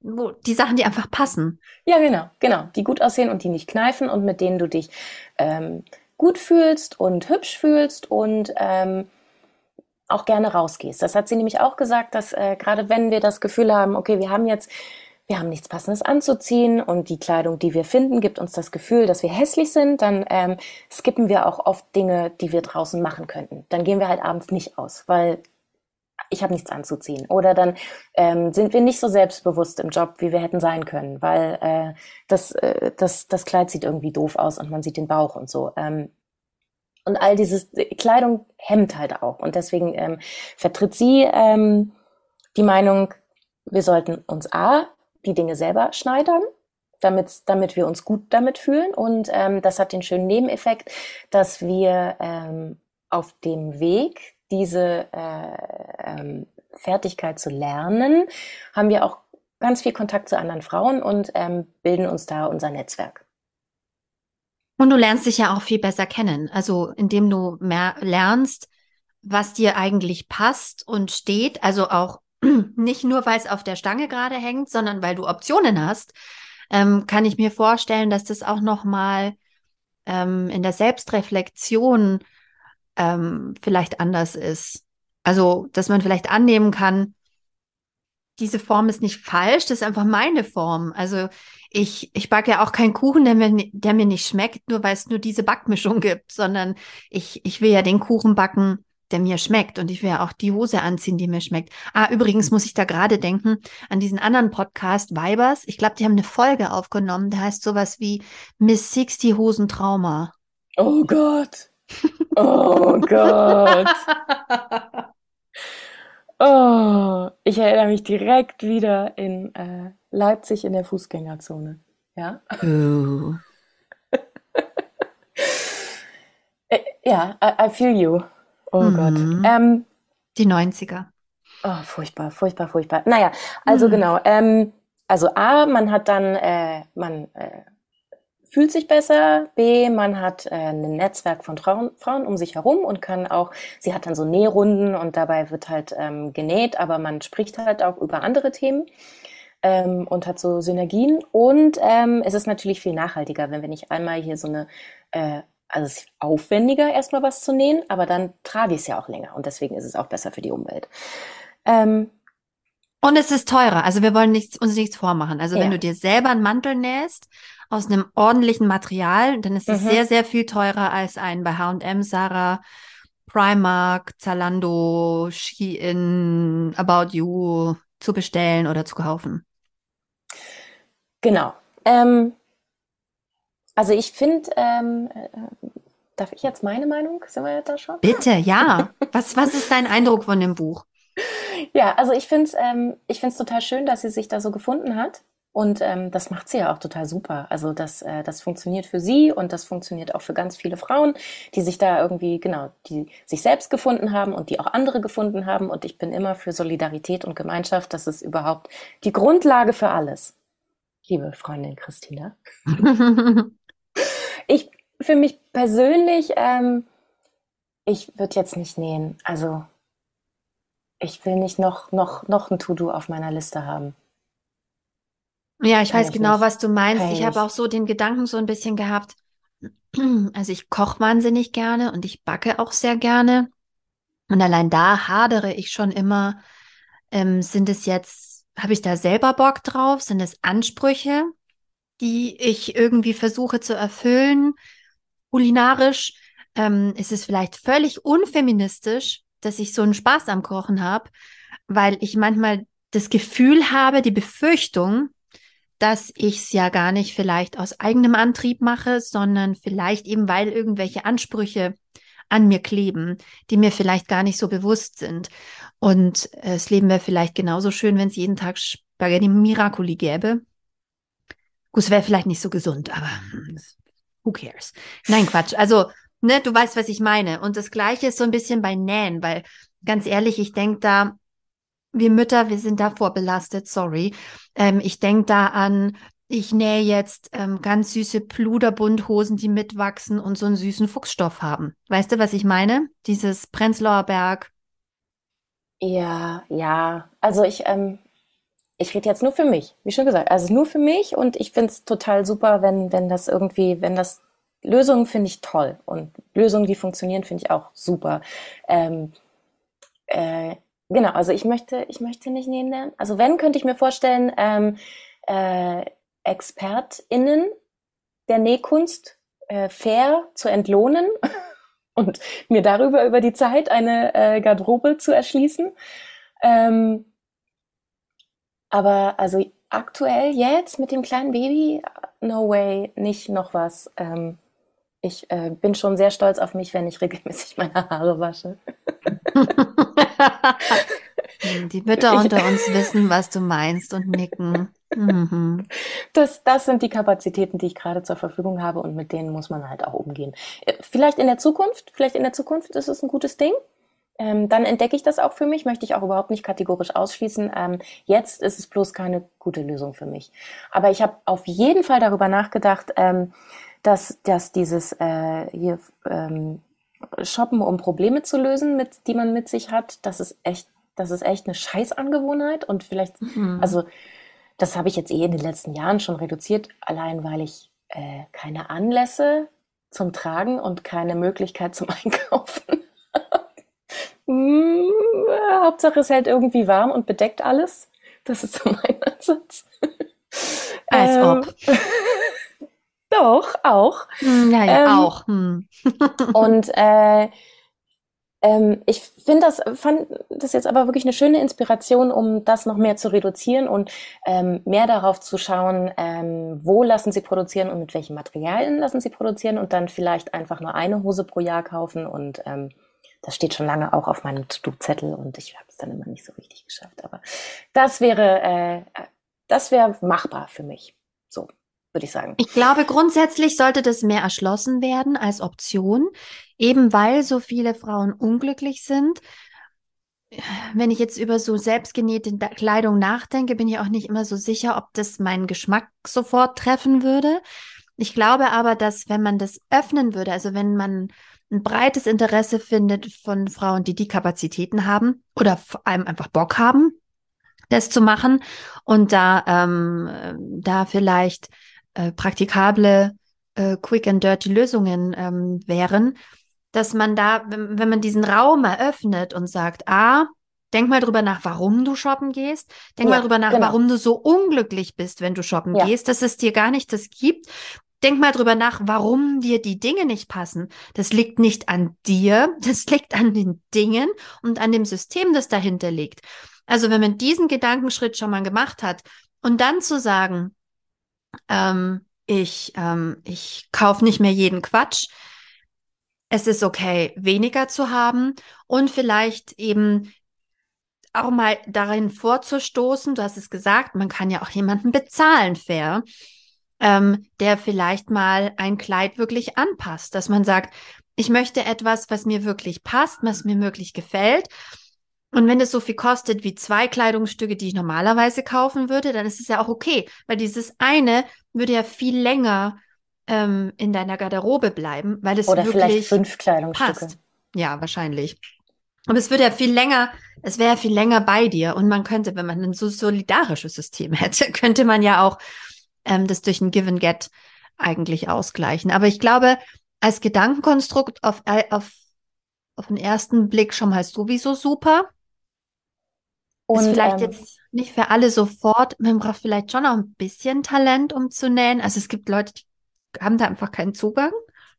wo die Sachen, die einfach passen. Ja, genau, genau. Die gut aussehen und die nicht kneifen und mit denen du dich ähm, gut fühlst und hübsch fühlst und ähm, auch gerne rausgehst. Das hat sie nämlich auch gesagt, dass äh, gerade wenn wir das Gefühl haben, okay, wir haben jetzt, wir haben nichts Passendes anzuziehen und die Kleidung, die wir finden, gibt uns das Gefühl, dass wir hässlich sind, dann ähm, skippen wir auch oft Dinge, die wir draußen machen könnten. Dann gehen wir halt abends nicht aus, weil ich habe nichts anzuziehen. Oder dann ähm, sind wir nicht so selbstbewusst im Job, wie wir hätten sein können, weil äh, das, äh, das, das Kleid sieht irgendwie doof aus und man sieht den Bauch und so. Ähm, und all dieses Kleidung hemmt halt auch. Und deswegen ähm, vertritt sie ähm, die Meinung, wir sollten uns A, die Dinge selber schneidern, damit, damit wir uns gut damit fühlen. Und ähm, das hat den schönen Nebeneffekt, dass wir ähm, auf dem Weg, diese äh, ähm, Fertigkeit zu lernen, haben wir auch ganz viel Kontakt zu anderen Frauen und ähm, bilden uns da unser Netzwerk. Und du lernst dich ja auch viel besser kennen. Also indem du mehr lernst, was dir eigentlich passt und steht. Also auch nicht nur, weil es auf der Stange gerade hängt, sondern weil du Optionen hast, ähm, kann ich mir vorstellen, dass das auch nochmal ähm, in der Selbstreflexion ähm, vielleicht anders ist. Also, dass man vielleicht annehmen kann, diese Form ist nicht falsch, das ist einfach meine Form. Also ich, ich backe ja auch keinen Kuchen, der mir, ni- der mir nicht schmeckt, nur weil es nur diese Backmischung gibt, sondern ich, ich will ja den Kuchen backen, der mir schmeckt und ich will ja auch die Hose anziehen, die mir schmeckt. Ah, übrigens muss ich da gerade denken an diesen anderen Podcast, Weibers. Ich glaube, die haben eine Folge aufgenommen, der heißt sowas wie Miss Sixty Hosen Trauma. Oh Gott. Oh Gott. Oh, ich erinnere mich direkt wieder in äh, Leipzig in der Fußgängerzone. Ja, Oh. äh, ja, I, I feel you. Oh Gott. Mhm. Ähm, Die Neunziger. oh, furchtbar, furchtbar, furchtbar. Naja, also Hm. genau. Ähm, also A, man hat dann, äh, man äh, fühlt sich besser. B, man hat äh, ein Netzwerk von Frauen, Frauen um sich herum und kann auch, sie hat dann so Nährunden und dabei wird halt ähm, genäht, aber man spricht halt auch über andere Themen. Ähm, und hat so Synergien. Und ähm, es ist natürlich viel nachhaltiger, wenn wir nicht einmal hier so eine, äh, also es ist aufwendiger, erstmal was zu nähen, aber dann trage ich es ja auch länger und deswegen ist es auch besser für die Umwelt. Ähm, Und es ist teurer. Also wir wollen nichts, uns nichts vormachen. Also wenn ja. du dir selber einen Mantel nähst aus einem ordentlichen Material, dann ist es Mhm. sehr, sehr viel teurer als ein bei H und M, Zara, Primark, Zalando, Shein, About You zu bestellen oder zu kaufen. Genau. Ähm, also ich finde, ähm, äh, darf ich jetzt meine Meinung? Sind wir jetzt da schon? Bitte, ja. Was, was ist dein Eindruck von dem Buch? Ja, also ich finde es ähm, ich find's total schön, dass sie sich da so gefunden hat. Und ähm, das macht sie ja auch total super. Also das, äh, das funktioniert für sie und das funktioniert auch für ganz viele Frauen, die sich da irgendwie, genau, die sich selbst gefunden haben und die auch andere gefunden haben. Und ich bin immer für Solidarität und Gemeinschaft. Das ist überhaupt die Grundlage für alles. Liebe Freundin Christina. Ich, für mich persönlich, ähm, ich würde jetzt nicht nähen. Also ich will nicht noch, noch, noch ein To-Do auf meiner Liste haben. Ja, ich Kann weiß ich genau, nicht. was du meinst. Kann ich Ich habe nicht. auch so den Gedanken so ein bisschen gehabt. Also ich koche wahnsinnig gerne und ich backe auch sehr gerne. Und allein da hadere ich schon immer. Ähm, sind es jetzt, habe ich da selber Bock drauf? Sind es Ansprüche, die ich irgendwie versuche zu erfüllen, kulinarisch? Ähm, ist es vielleicht völlig unfeministisch, dass ich so einen Spaß am Kochen habe, weil ich manchmal das Gefühl habe, die Befürchtung, dass ich es ja gar nicht vielleicht aus eigenem Antrieb mache, sondern vielleicht eben, weil irgendwelche Ansprüche an mir kleben, die mir vielleicht gar nicht so bewusst sind. Und äh, das Leben wäre vielleicht genauso schön, wenn es jeden Tag Spaghetti Miracoli gäbe. Gut, es wäre vielleicht nicht so gesund, aber hm, who cares? Nein, Quatsch. Also, ne, du weißt, was ich meine. Und das Gleiche ist so ein bisschen bei Nähen, weil ganz ehrlich, ich denke da, wir Mütter, wir sind da vorbelastet, sorry. Ähm, ich denke da an, ich nähe jetzt ähm, ganz süße Pluderbundhosen, die mitwachsen und so einen süßen Fuchsstoff haben. Weißt du, was ich meine? Dieses Prenzlauer Berg. Ja, ja. Also ich, ähm, ich rede jetzt nur für mich, wie schon gesagt, also nur für mich und ich finde es total super, wenn, wenn das irgendwie, wenn das Lösungen finde ich toll und Lösungen, die funktionieren, finde ich auch super. Ähm, äh, genau, also ich möchte, ich möchte nicht nähen lernen. Also wenn, könnte ich mir vorstellen, ähm, äh, ExpertInnen der Nähkunst äh, fair zu entlohnen und mir darüber über die Zeit eine äh, Garderobe zu erschließen. Ähm, aber also aktuell jetzt mit dem kleinen Baby, no way, nicht noch was. Ähm, ich äh, bin schon sehr stolz auf mich, wenn ich regelmäßig meine Haare wasche. Hm, Die Mütter Ich, unter uns wissen, was du meinst und nicken. Mhm. das, das sind die Kapazitäten, die ich gerade zur Verfügung habe und mit denen muss man halt auch umgehen. Äh, Vielleicht in der Zukunft, vielleicht in der Zukunft ist es ein gutes Ding. Ähm, dann entdecke ich das auch für mich, möchte ich auch überhaupt nicht kategorisch ausschließen. Ähm, jetzt ist es bloß keine gute Lösung für mich. Aber ich habe auf jeden Fall darüber nachgedacht, ähm, dass, dass dieses äh, hier ähm, Shoppen, um Probleme zu lösen, mit, die man mit sich hat, das ist echt, das ist echt eine Scheißangewohnheit und vielleicht, Mhm. also das habe ich jetzt eh in den letzten Jahren schon reduziert, allein weil ich äh, keine Anlässe zum Tragen und keine Möglichkeit zum Einkaufen. Mm, äh, Hauptsache es hält irgendwie warm und bedeckt alles. Das ist so mein Ansatz. Als Ähm, ob. doch, auch. Hm, ja, ja, Ähm, auch. Hm. und äh, ähm, ich finde das, fand das jetzt aber wirklich eine schöne Inspiration, um das noch mehr zu reduzieren und ähm, mehr darauf zu schauen, ähm, wo lassen Sie produzieren und mit welchen Materialien lassen Sie produzieren und dann vielleicht einfach nur eine Hose pro Jahr kaufen und ähm, das steht schon lange auch auf meinem To-Do-Zettel und ich habe es dann immer nicht so richtig geschafft. Aber das wäre, äh, das wäre machbar für mich. So, würde ich sagen. Ich glaube, grundsätzlich sollte das mehr erschlossen werden als Option, eben weil so viele Frauen unglücklich sind. Wenn ich jetzt über so selbstgenähte Da- Kleidung nachdenke, bin ich auch nicht immer so sicher, ob das meinen Geschmack sofort treffen würde. Ich glaube aber, dass wenn man das öffnen würde, also wenn man ein breites Interesse findet von Frauen, die die Kapazitäten haben oder vor allem einfach Bock haben, das zu machen und da, ähm, äh, da vielleicht äh, praktikable äh, Quick and Dirty Lösungen ähm, wären, dass man da, wenn, wenn man diesen Raum eröffnet und sagt, ah, denk mal drüber nach, warum du shoppen gehst. Denk mal Ja, drüber nach, genau. warum du so unglücklich bist, wenn du shoppen Ja. gehst, dass es dir gar nicht das gibt. Denk mal drüber nach, warum dir die Dinge nicht passen. Das liegt nicht an dir, das liegt an den Dingen und an dem System, das dahinter liegt. Also wenn man diesen Gedankenschritt schon mal gemacht hat und dann zu sagen, ähm, ich, ähm, ich kaufe nicht mehr jeden Quatsch, es ist okay, weniger zu haben und vielleicht eben auch mal darin vorzustoßen, du hast es gesagt, man kann ja auch jemanden bezahlen, fair, ähm, der vielleicht mal ein Kleid wirklich anpasst, dass man sagt, ich möchte etwas, was mir wirklich passt, was mir wirklich gefällt. Und wenn es so viel kostet wie zwei Kleidungsstücke, die ich normalerweise kaufen würde, dann ist es ja auch okay, weil dieses eine würde ja viel länger ähm, in deiner Garderobe bleiben, weil es Oder vielleicht wirklich fünf Kleidungsstücke. passt. Ja, wahrscheinlich. Aber es würde ja viel länger, es wäre ja viel länger bei dir und man könnte, wenn man ein so solidarisches System hätte, könnte man ja auch ähm, das durch ein Give and Get eigentlich ausgleichen. Aber ich glaube, als Gedankenkonstrukt auf, äh, auf, auf den ersten Blick schon mal sowieso super. Ist Und vielleicht ähm, jetzt nicht für alle sofort, man braucht vielleicht schon auch ein bisschen Talent, um zu nähen. Also es gibt Leute, die haben da einfach keinen Zugang.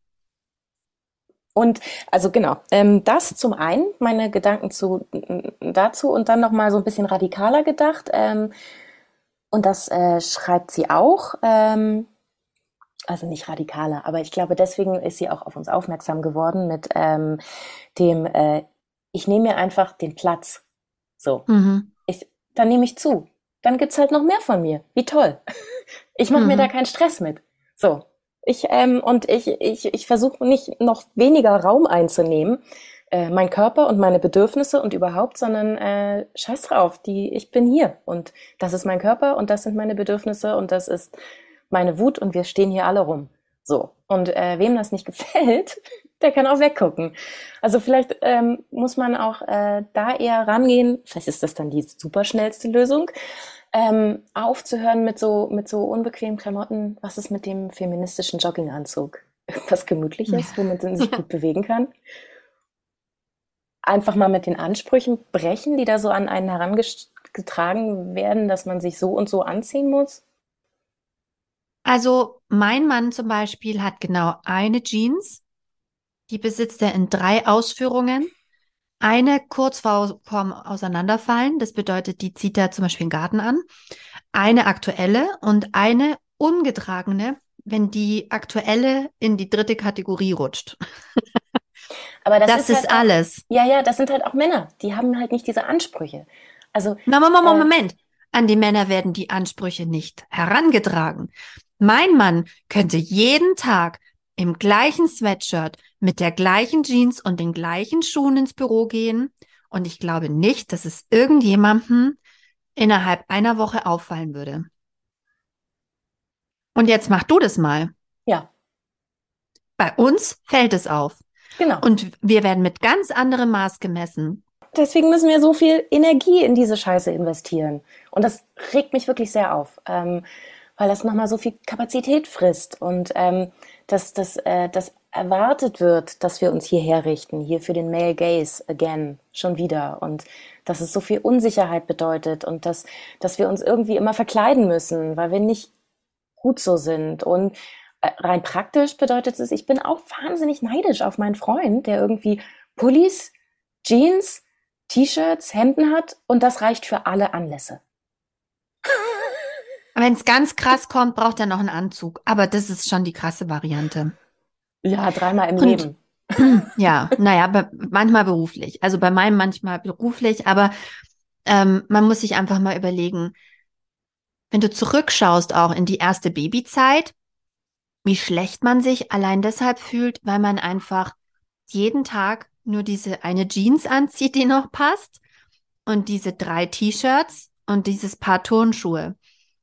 Und also genau, ähm, das zum einen, meine Gedanken zu, dazu und dann nochmal so ein bisschen radikaler gedacht. Ähm, und das äh, schreibt sie auch, ähm, also nicht radikaler, aber ich glaube, deswegen ist sie auch auf uns aufmerksam geworden mit ähm, dem, äh, ich nehme mir einfach den Platz. So, Mhm. ich, dann nehme ich zu. Dann gibt's halt noch mehr von mir. Wie toll. Ich mache mir da Mhm. keinen Stress mit. So. Ich, ähm, und ich, ich, ich versuche nicht noch weniger Raum einzunehmen, äh, mein Körper und meine Bedürfnisse und überhaupt, sondern äh, scheiß drauf, die, ich bin hier und das ist mein Körper und das sind meine Bedürfnisse und das ist meine Wut und wir stehen hier alle rum. So. Und äh, wem das nicht gefällt, der kann auch weggucken. Also vielleicht ähm, muss man auch äh, da eher rangehen, vielleicht ist das dann die superschnellste Lösung, Ähm, aufzuhören mit so, mit so unbequemen Klamotten. Was ist mit dem feministischen Jogginganzug? Irgendwas Gemütliches, womit man sich Ja. gut bewegen kann. Einfach mal mit den Ansprüchen brechen, die da so an einen herangetragen werden, dass man sich so und so anziehen muss. Also mein Mann zum Beispiel hat genau eine Jeans, die besitzt er in drei Ausführungen. Eine kurz vor, vorm Auseinanderfallen, das bedeutet, die zieht er zum Beispiel im Garten an. Eine aktuelle und eine ungetragene, wenn die aktuelle in die dritte Kategorie rutscht. Aber das Das ist halt ist auch, alles. ja, ja, das sind halt auch Männer. Die haben halt nicht diese Ansprüche. Also, Na, Moment, Moment, äh, Moment. An die Männer werden die Ansprüche nicht herangetragen. Mein Mann könnte jeden Tag im gleichen Sweatshirt mit der gleichen Jeans und den gleichen Schuhen ins Büro gehen. Und ich glaube nicht, dass es irgendjemandem innerhalb einer Woche auffallen würde. Und jetzt mach du das mal. ja, Bei uns fällt es auf. genau. Und wir werden mit ganz anderem Maß gemessen. Deswegen müssen wir so viel Energie in diese Scheiße investieren. Und das regt mich wirklich sehr auf, ähm, weil das nochmal so viel Kapazität frisst und ähm, dass, dass, äh, dass erwartet wird, dass wir uns hierher richten, hier für den Male Gaze again, schon wieder. Und dass es so viel Unsicherheit bedeutet und dass, dass wir uns irgendwie immer verkleiden müssen, weil wir nicht gut so sind. Und äh, rein praktisch bedeutet es, ich bin auch wahnsinnig neidisch auf meinen Freund, der irgendwie Pullis, Jeans, T-Shirts, Hemden hat und das reicht für alle Anlässe. Wenn es ganz krass kommt, braucht er noch einen Anzug. Aber das ist schon die krasse Variante. Ja, dreimal im Und Leben. ja, naja, be manchmal beruflich. Also bei meinem manchmal beruflich, aber ähm, man muss sich einfach mal überlegen, wenn du zurückschaust auch in die erste Babyzeit, wie schlecht man sich allein deshalb fühlt, weil man einfach jeden Tag nur diese eine Jeans anzieht, die noch passt, und diese drei T-Shirts und dieses Paar Turnschuhe.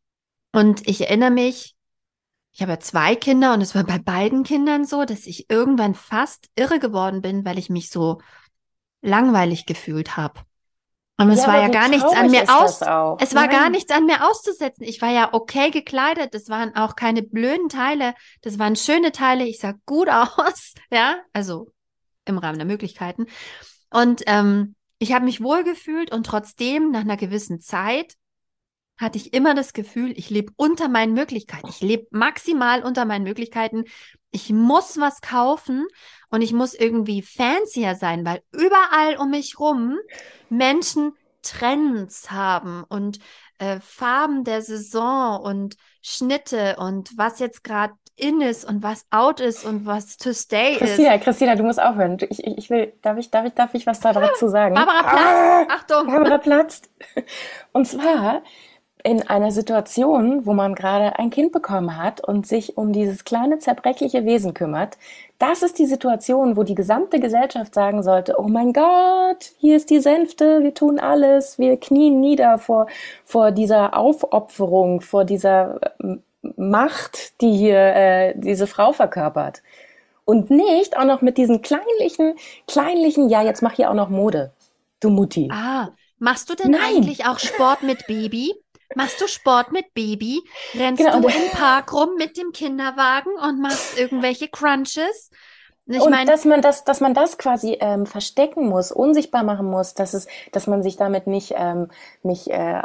Und ich erinnere mich, ich habe ja zwei Kinder und es war bei beiden Kindern so, dass ich irgendwann fast irre geworden bin, weil ich mich so langweilig gefühlt habe. Und es Ja, war aber ja wie gar nichts an traurig mir ist das aus, auch? es war gar Nein. nichts an mir auszusetzen. Ich war ja okay gekleidet. Das waren auch keine blöden Teile. Das waren schöne Teile. Ich sah gut aus. Ja, also im Rahmen der Möglichkeiten. Und ähm, ich habe mich wohlgefühlt und trotzdem nach einer gewissen Zeit hatte ich immer das Gefühl, ich lebe unter meinen Möglichkeiten. Ich lebe maximal unter meinen Möglichkeiten. Ich muss was kaufen und ich muss irgendwie fancier sein, weil überall um mich rum Menschen Trends haben und äh, Farben der Saison und Schnitte und was jetzt gerade in ist und was out ist und was to stay ist. Christina, Christina, du musst aufhören. Du- Ich, ich, ich will, darf ich, darf ich, darf ich was da dazu sagen? Barbara platzt. Ah, Achtung. Kamera platzt. Und zwar in einer Situation, wo man gerade ein Kind bekommen hat und sich um dieses kleine zerbrechliche Wesen kümmert. Das ist die Situation, wo die gesamte Gesellschaft sagen sollte, oh mein Gott, hier ist die Sänfte, wir tun alles, wir knien nieder vor, vor dieser Aufopferung, vor dieser ähm, Macht, die hier äh, diese Frau verkörpert. Und nicht auch noch mit diesen kleinlichen, kleinlichen, ja, jetzt mach hier auch noch Mode. Du Mutti. Ah, machst du denn Nein! eigentlich auch Sport mit Baby? Machst du Sport mit Baby? Rennst Genau, und, du im Park rum mit dem Kinderwagen und machst irgendwelche Crunches? Ich und meine, dass man das, dass man das quasi ähm, verstecken muss, unsichtbar machen muss, dass es, dass man sich damit nicht, ähm, nicht äh,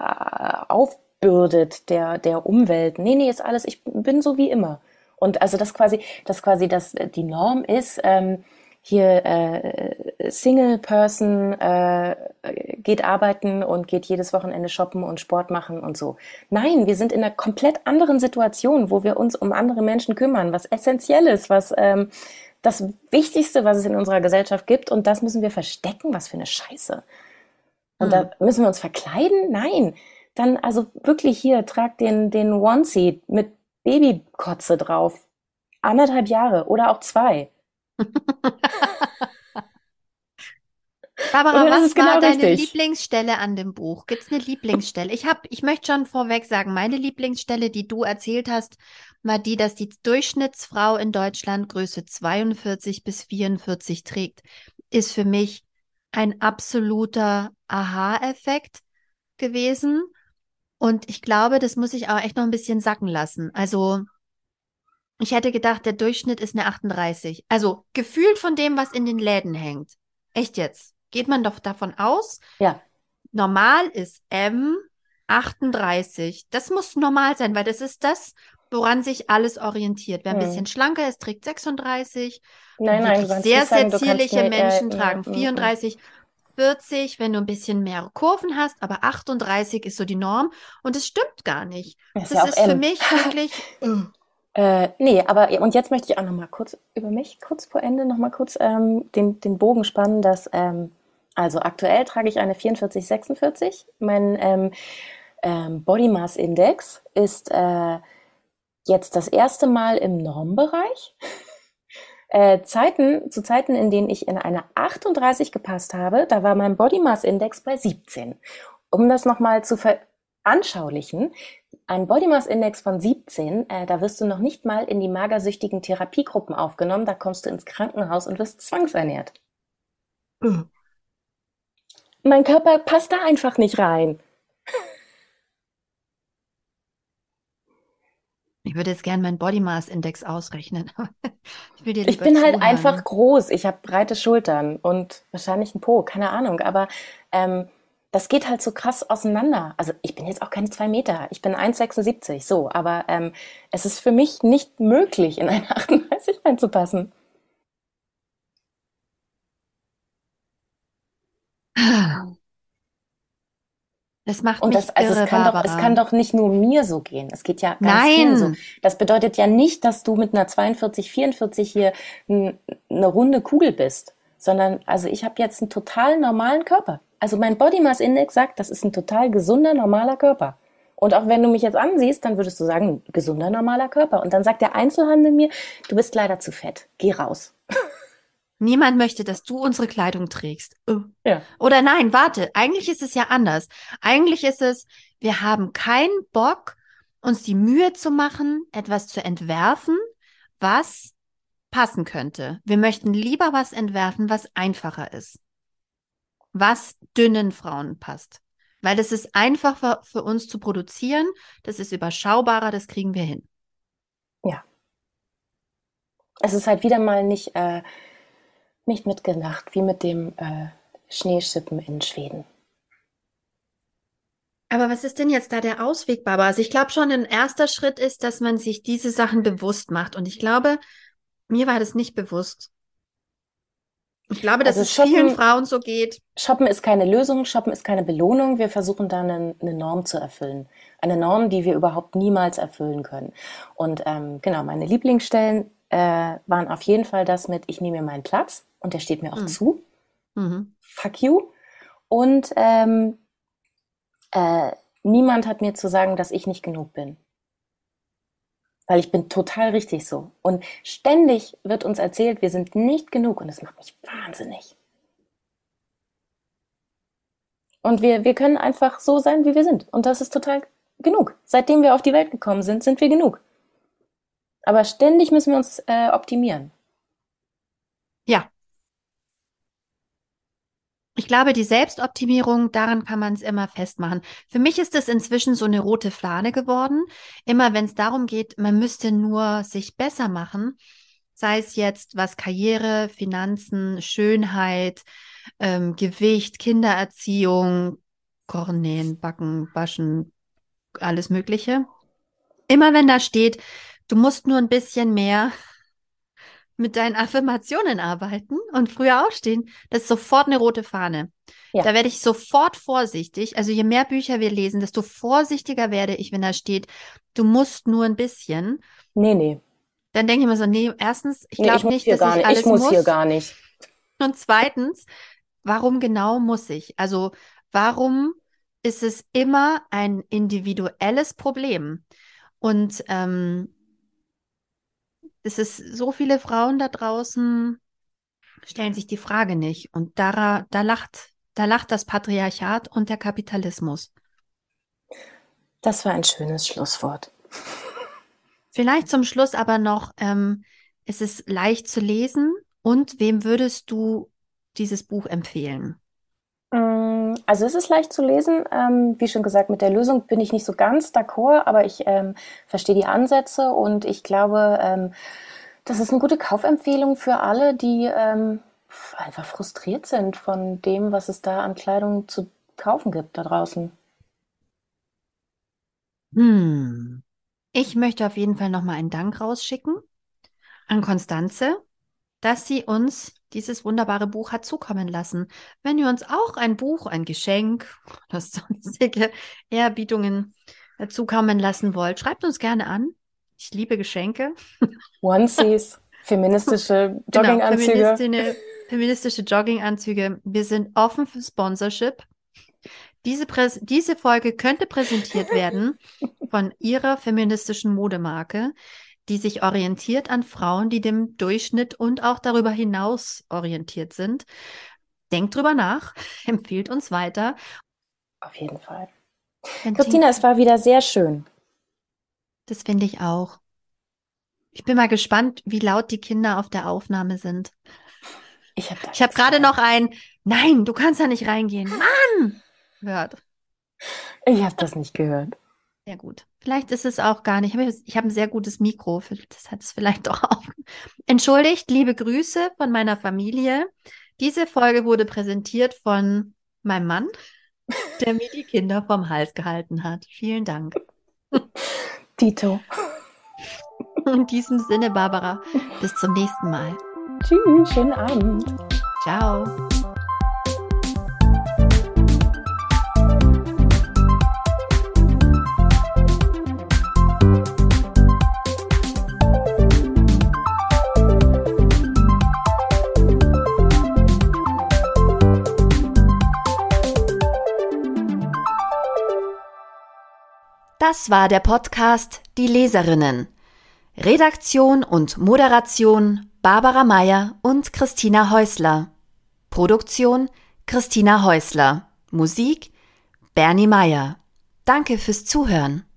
aufbürdet der, der Umwelt. Nee, nee, ist alles, ich bin so wie immer. Und also das quasi, dass quasi das die Norm ist, ähm, hier äh, Single Person äh, geht arbeiten und geht jedes Wochenende shoppen und Sport machen und so. Nein, wir sind in einer komplett anderen Situation, wo wir uns um andere Menschen kümmern, was essentiell ist, was ähm, das Wichtigste, was es in unserer Gesellschaft gibt, und das müssen wir verstecken. Was für eine Scheiße. Und hm. da müssen wir uns verkleiden? Nein. Dann also wirklich hier, trag den, den Onesie mit Babykotze drauf. Anderthalb Jahre oder auch zwei. Barbara, Oder das was ist war genau deine richtig. Lieblingsstelle an dem Buch? Gibt es eine Lieblingsstelle? Ich hab, ich möchte schon vorweg sagen, meine Lieblingsstelle, die du erzählt hast, war die, dass die Durchschnittsfrau in Deutschland Größe zweiundvierzig bis vierundvierzig trägt. Ist für mich ein absoluter Aha-Effekt gewesen. Und ich glaube, das muss ich auch echt noch ein bisschen sacken lassen. Also ich hätte gedacht, der Durchschnitt ist eine achtunddreißig. Also gefühlt von dem, was in den Läden hängt. Echt jetzt. Geht man doch davon aus, Ja. normal ist M achtunddreißig. Das muss normal sein, weil das ist das, woran sich alles orientiert. Wer ein Hm. bisschen schlanker ist, trägt sechsunddreißig. Nein, nein, du Wirklich kannst sehr, nicht sehr sagen, du kannst zierliche mehr, äh, Menschen mehr, tragen mm, mm. vierunddreißig, vierzig, wenn du ein bisschen mehr Kurven hast, aber achtunddreißig ist so die Norm. Und es stimmt gar nicht. Das ist Das ja auch ist für M. mich wirklich. Äh, nee, aber und jetzt möchte ich auch noch mal kurz über mich, kurz vor Ende noch mal kurz ähm, den, den Bogen spannen, dass ähm, also aktuell trage ich eine vierundvierzig sechsundvierzig. Mein ähm, ähm, Body Mass Index ist äh, jetzt das erste Mal im Normbereich. Äh, Zeiten, zu Zeiten, in denen ich in eine achtunddreißig gepasst habe, da war mein Body Mass Index bei siebzehn. Um das nochmal zu veranschaulichen, ein Body Mass Index von siebzehn, äh, da wirst du noch nicht mal in die magersüchtigen Therapiegruppen aufgenommen, da kommst du ins Krankenhaus und wirst zwangsernährt. Mein Körper passt da einfach nicht rein. Ich würde jetzt gerne meinen Body Mass Index ausrechnen. Ich will dir Ich lieber bin halt einfach zuhören. groß, ich habe breite Schultern und wahrscheinlich einen Po, keine Ahnung, aber ähm, das geht halt so krass auseinander. Also ich bin jetzt auch keine zwei Meter, ich bin eins Komma sechsundsiebzig, so, aber ähm, es ist für mich nicht möglich, in eine achtunddreißig reinzupassen. Das macht Und das, mich also es irre, kann doch, es Barbara. kann doch nicht nur mir so gehen. Es geht ja ganz vielen so. Nein, Das bedeutet ja nicht, dass du mit einer zweiundvierzig, vierundvierzig hier n- eine runde Kugel bist, sondern also ich habe jetzt einen total normalen Körper. Also mein Body Mass Index sagt, das ist ein total gesunder, normaler Körper. Und auch wenn du mich jetzt ansiehst, dann würdest du sagen, gesunder, normaler Körper. Und dann sagt der Einzelhandel mir, du bist leider zu fett. Geh raus. niemand möchte, dass du unsere Kleidung trägst. Äh. Ja. Oder nein, warte, eigentlich ist es ja anders. Eigentlich ist es, wir haben keinen Bock, uns die Mühe zu machen, etwas zu entwerfen, was passen könnte. Wir möchten lieber was entwerfen, was einfacher ist, was dünnen Frauen passt. Weil das ist einfacher für uns zu produzieren, das ist überschaubarer, das kriegen wir hin. Ja. Es ist halt wieder mal nicht, äh, nicht mitgedacht, wie mit dem äh, Schneeschippen in Schweden. Aber was ist denn jetzt da der Ausweg, Baba? Also ich glaube schon, ein erster Schritt ist, dass man sich diese Sachen bewusst macht. Und ich glaube, mir war das nicht bewusst. Ich glaube, dass Also es vielen shoppen, Frauen so geht. shoppen ist keine Lösung, shoppen ist keine Belohnung. Wir versuchen da eine, eine Norm zu erfüllen. Eine Norm, die wir überhaupt niemals erfüllen können. Und ähm, genau, meine Lieblingsstellen äh, waren auf jeden Fall das mit, ich nehme mir meinen Platz und der steht mir auch Hm. zu. Mhm. Fuck you. Und ähm, äh, niemand hat mir zu sagen, dass ich nicht genug bin. Weil ich bin total richtig so. Und ständig wird uns erzählt, wir sind nicht genug und das macht mich wahnsinnig. Und wir, wir können einfach so sein, wie wir sind. Und das ist total genug. Seitdem wir auf die Welt gekommen sind, sind wir genug. Aber ständig müssen wir uns äh, optimieren. Ja, ich glaube, die Selbstoptimierung, daran kann man es immer festmachen. Für mich ist es inzwischen so eine rote Fahne geworden. Immer wenn es darum geht, man müsste nur sich besser machen, sei es jetzt was Karriere, Finanzen, Schönheit, ähm, Gewicht, Kindererziehung, Kochen, Nähen, Backen, Waschen, alles Mögliche. Immer wenn da steht, du musst nur ein bisschen mehr mit deinen Affirmationen arbeiten und früher aufstehen, das ist sofort eine rote Fahne. Ja, Da werde ich sofort vorsichtig. Also je mehr Bücher wir lesen, desto vorsichtiger werde ich, wenn da steht, du musst nur ein bisschen. nee, nee. Dann denke ich mir so, nee, erstens, ich Nee, ich glaube muss nicht, hier dass gar ich nicht. Ich alles muss hier muss. gar nicht. Und zweitens, warum genau muss ich? Also warum ist es immer ein individuelles Problem? Und ähm, es ist so viele Frauen da draußen, stellen sich die Frage nicht. Und da, da lacht, da lacht das Patriarchat und der Kapitalismus. Das war ein schönes Schlusswort. Vielleicht zum Schluss aber noch, ähm, es ist leicht zu lesen. Und wem würdest du dieses Buch empfehlen? Mm, Also es ist leicht zu lesen. Ähm, wie schon gesagt, mit der Lösung bin ich nicht so ganz d'accord, aber ich ähm, verstehe die Ansätze und ich glaube, ähm, das ist eine gute Kaufempfehlung für alle, die ähm, einfach frustriert sind von dem, was es da an Kleidung zu kaufen gibt da draußen. Hm. Ich möchte auf jeden Fall nochmal einen Dank rausschicken an Konstanze, dass sie uns dieses wunderbare Buch hat zukommen lassen. Wenn ihr uns auch ein Buch, ein Geschenk oder sonstige Ehrerbietungen äh, zukommen lassen wollt, schreibt uns gerne an. Ich liebe Geschenke. Onesies, feministische Genau, Jogginganzüge. feministische, feministische Jogginganzüge. Wir sind offen für Sponsorship. Diese, Präs diese Folge könnte präsentiert werden von ihrer feministischen Modemarke, die sich orientiert an Frauen, die dem Durchschnitt und auch darüber hinaus orientiert sind. Denkt drüber nach, empfiehlt uns weiter. Auf jeden Fall. Wenn Christina, es war wieder sehr schön. Das finde ich auch. Ich bin mal gespannt, wie laut die Kinder auf der Aufnahme sind. Ich habe Ich habe gerade noch ein Nein, du kannst da nicht reingehen. Mann! Gehört. Ich habe das nicht gehört. Sehr gut. Vielleicht ist es auch gar nicht. Ich habe ein sehr gutes Mikro. Das hat es vielleicht doch auch. Entschuldigt, liebe Grüße von meiner Familie. Diese Folge wurde präsentiert von meinem Mann, der mir die Kinder vom Hals gehalten hat. Vielen Dank. Tito. In diesem Sinne, Barbara, bis zum nächsten Mal. Tschüss, schönen Abend. Ciao. Das war der Podcast Die Leserinnen. Redaktion und Moderation Barbara Meyer und Christina Häusler. Produktion Christina Häusler. Musik Bernie Meyer. Danke fürs Zuhören.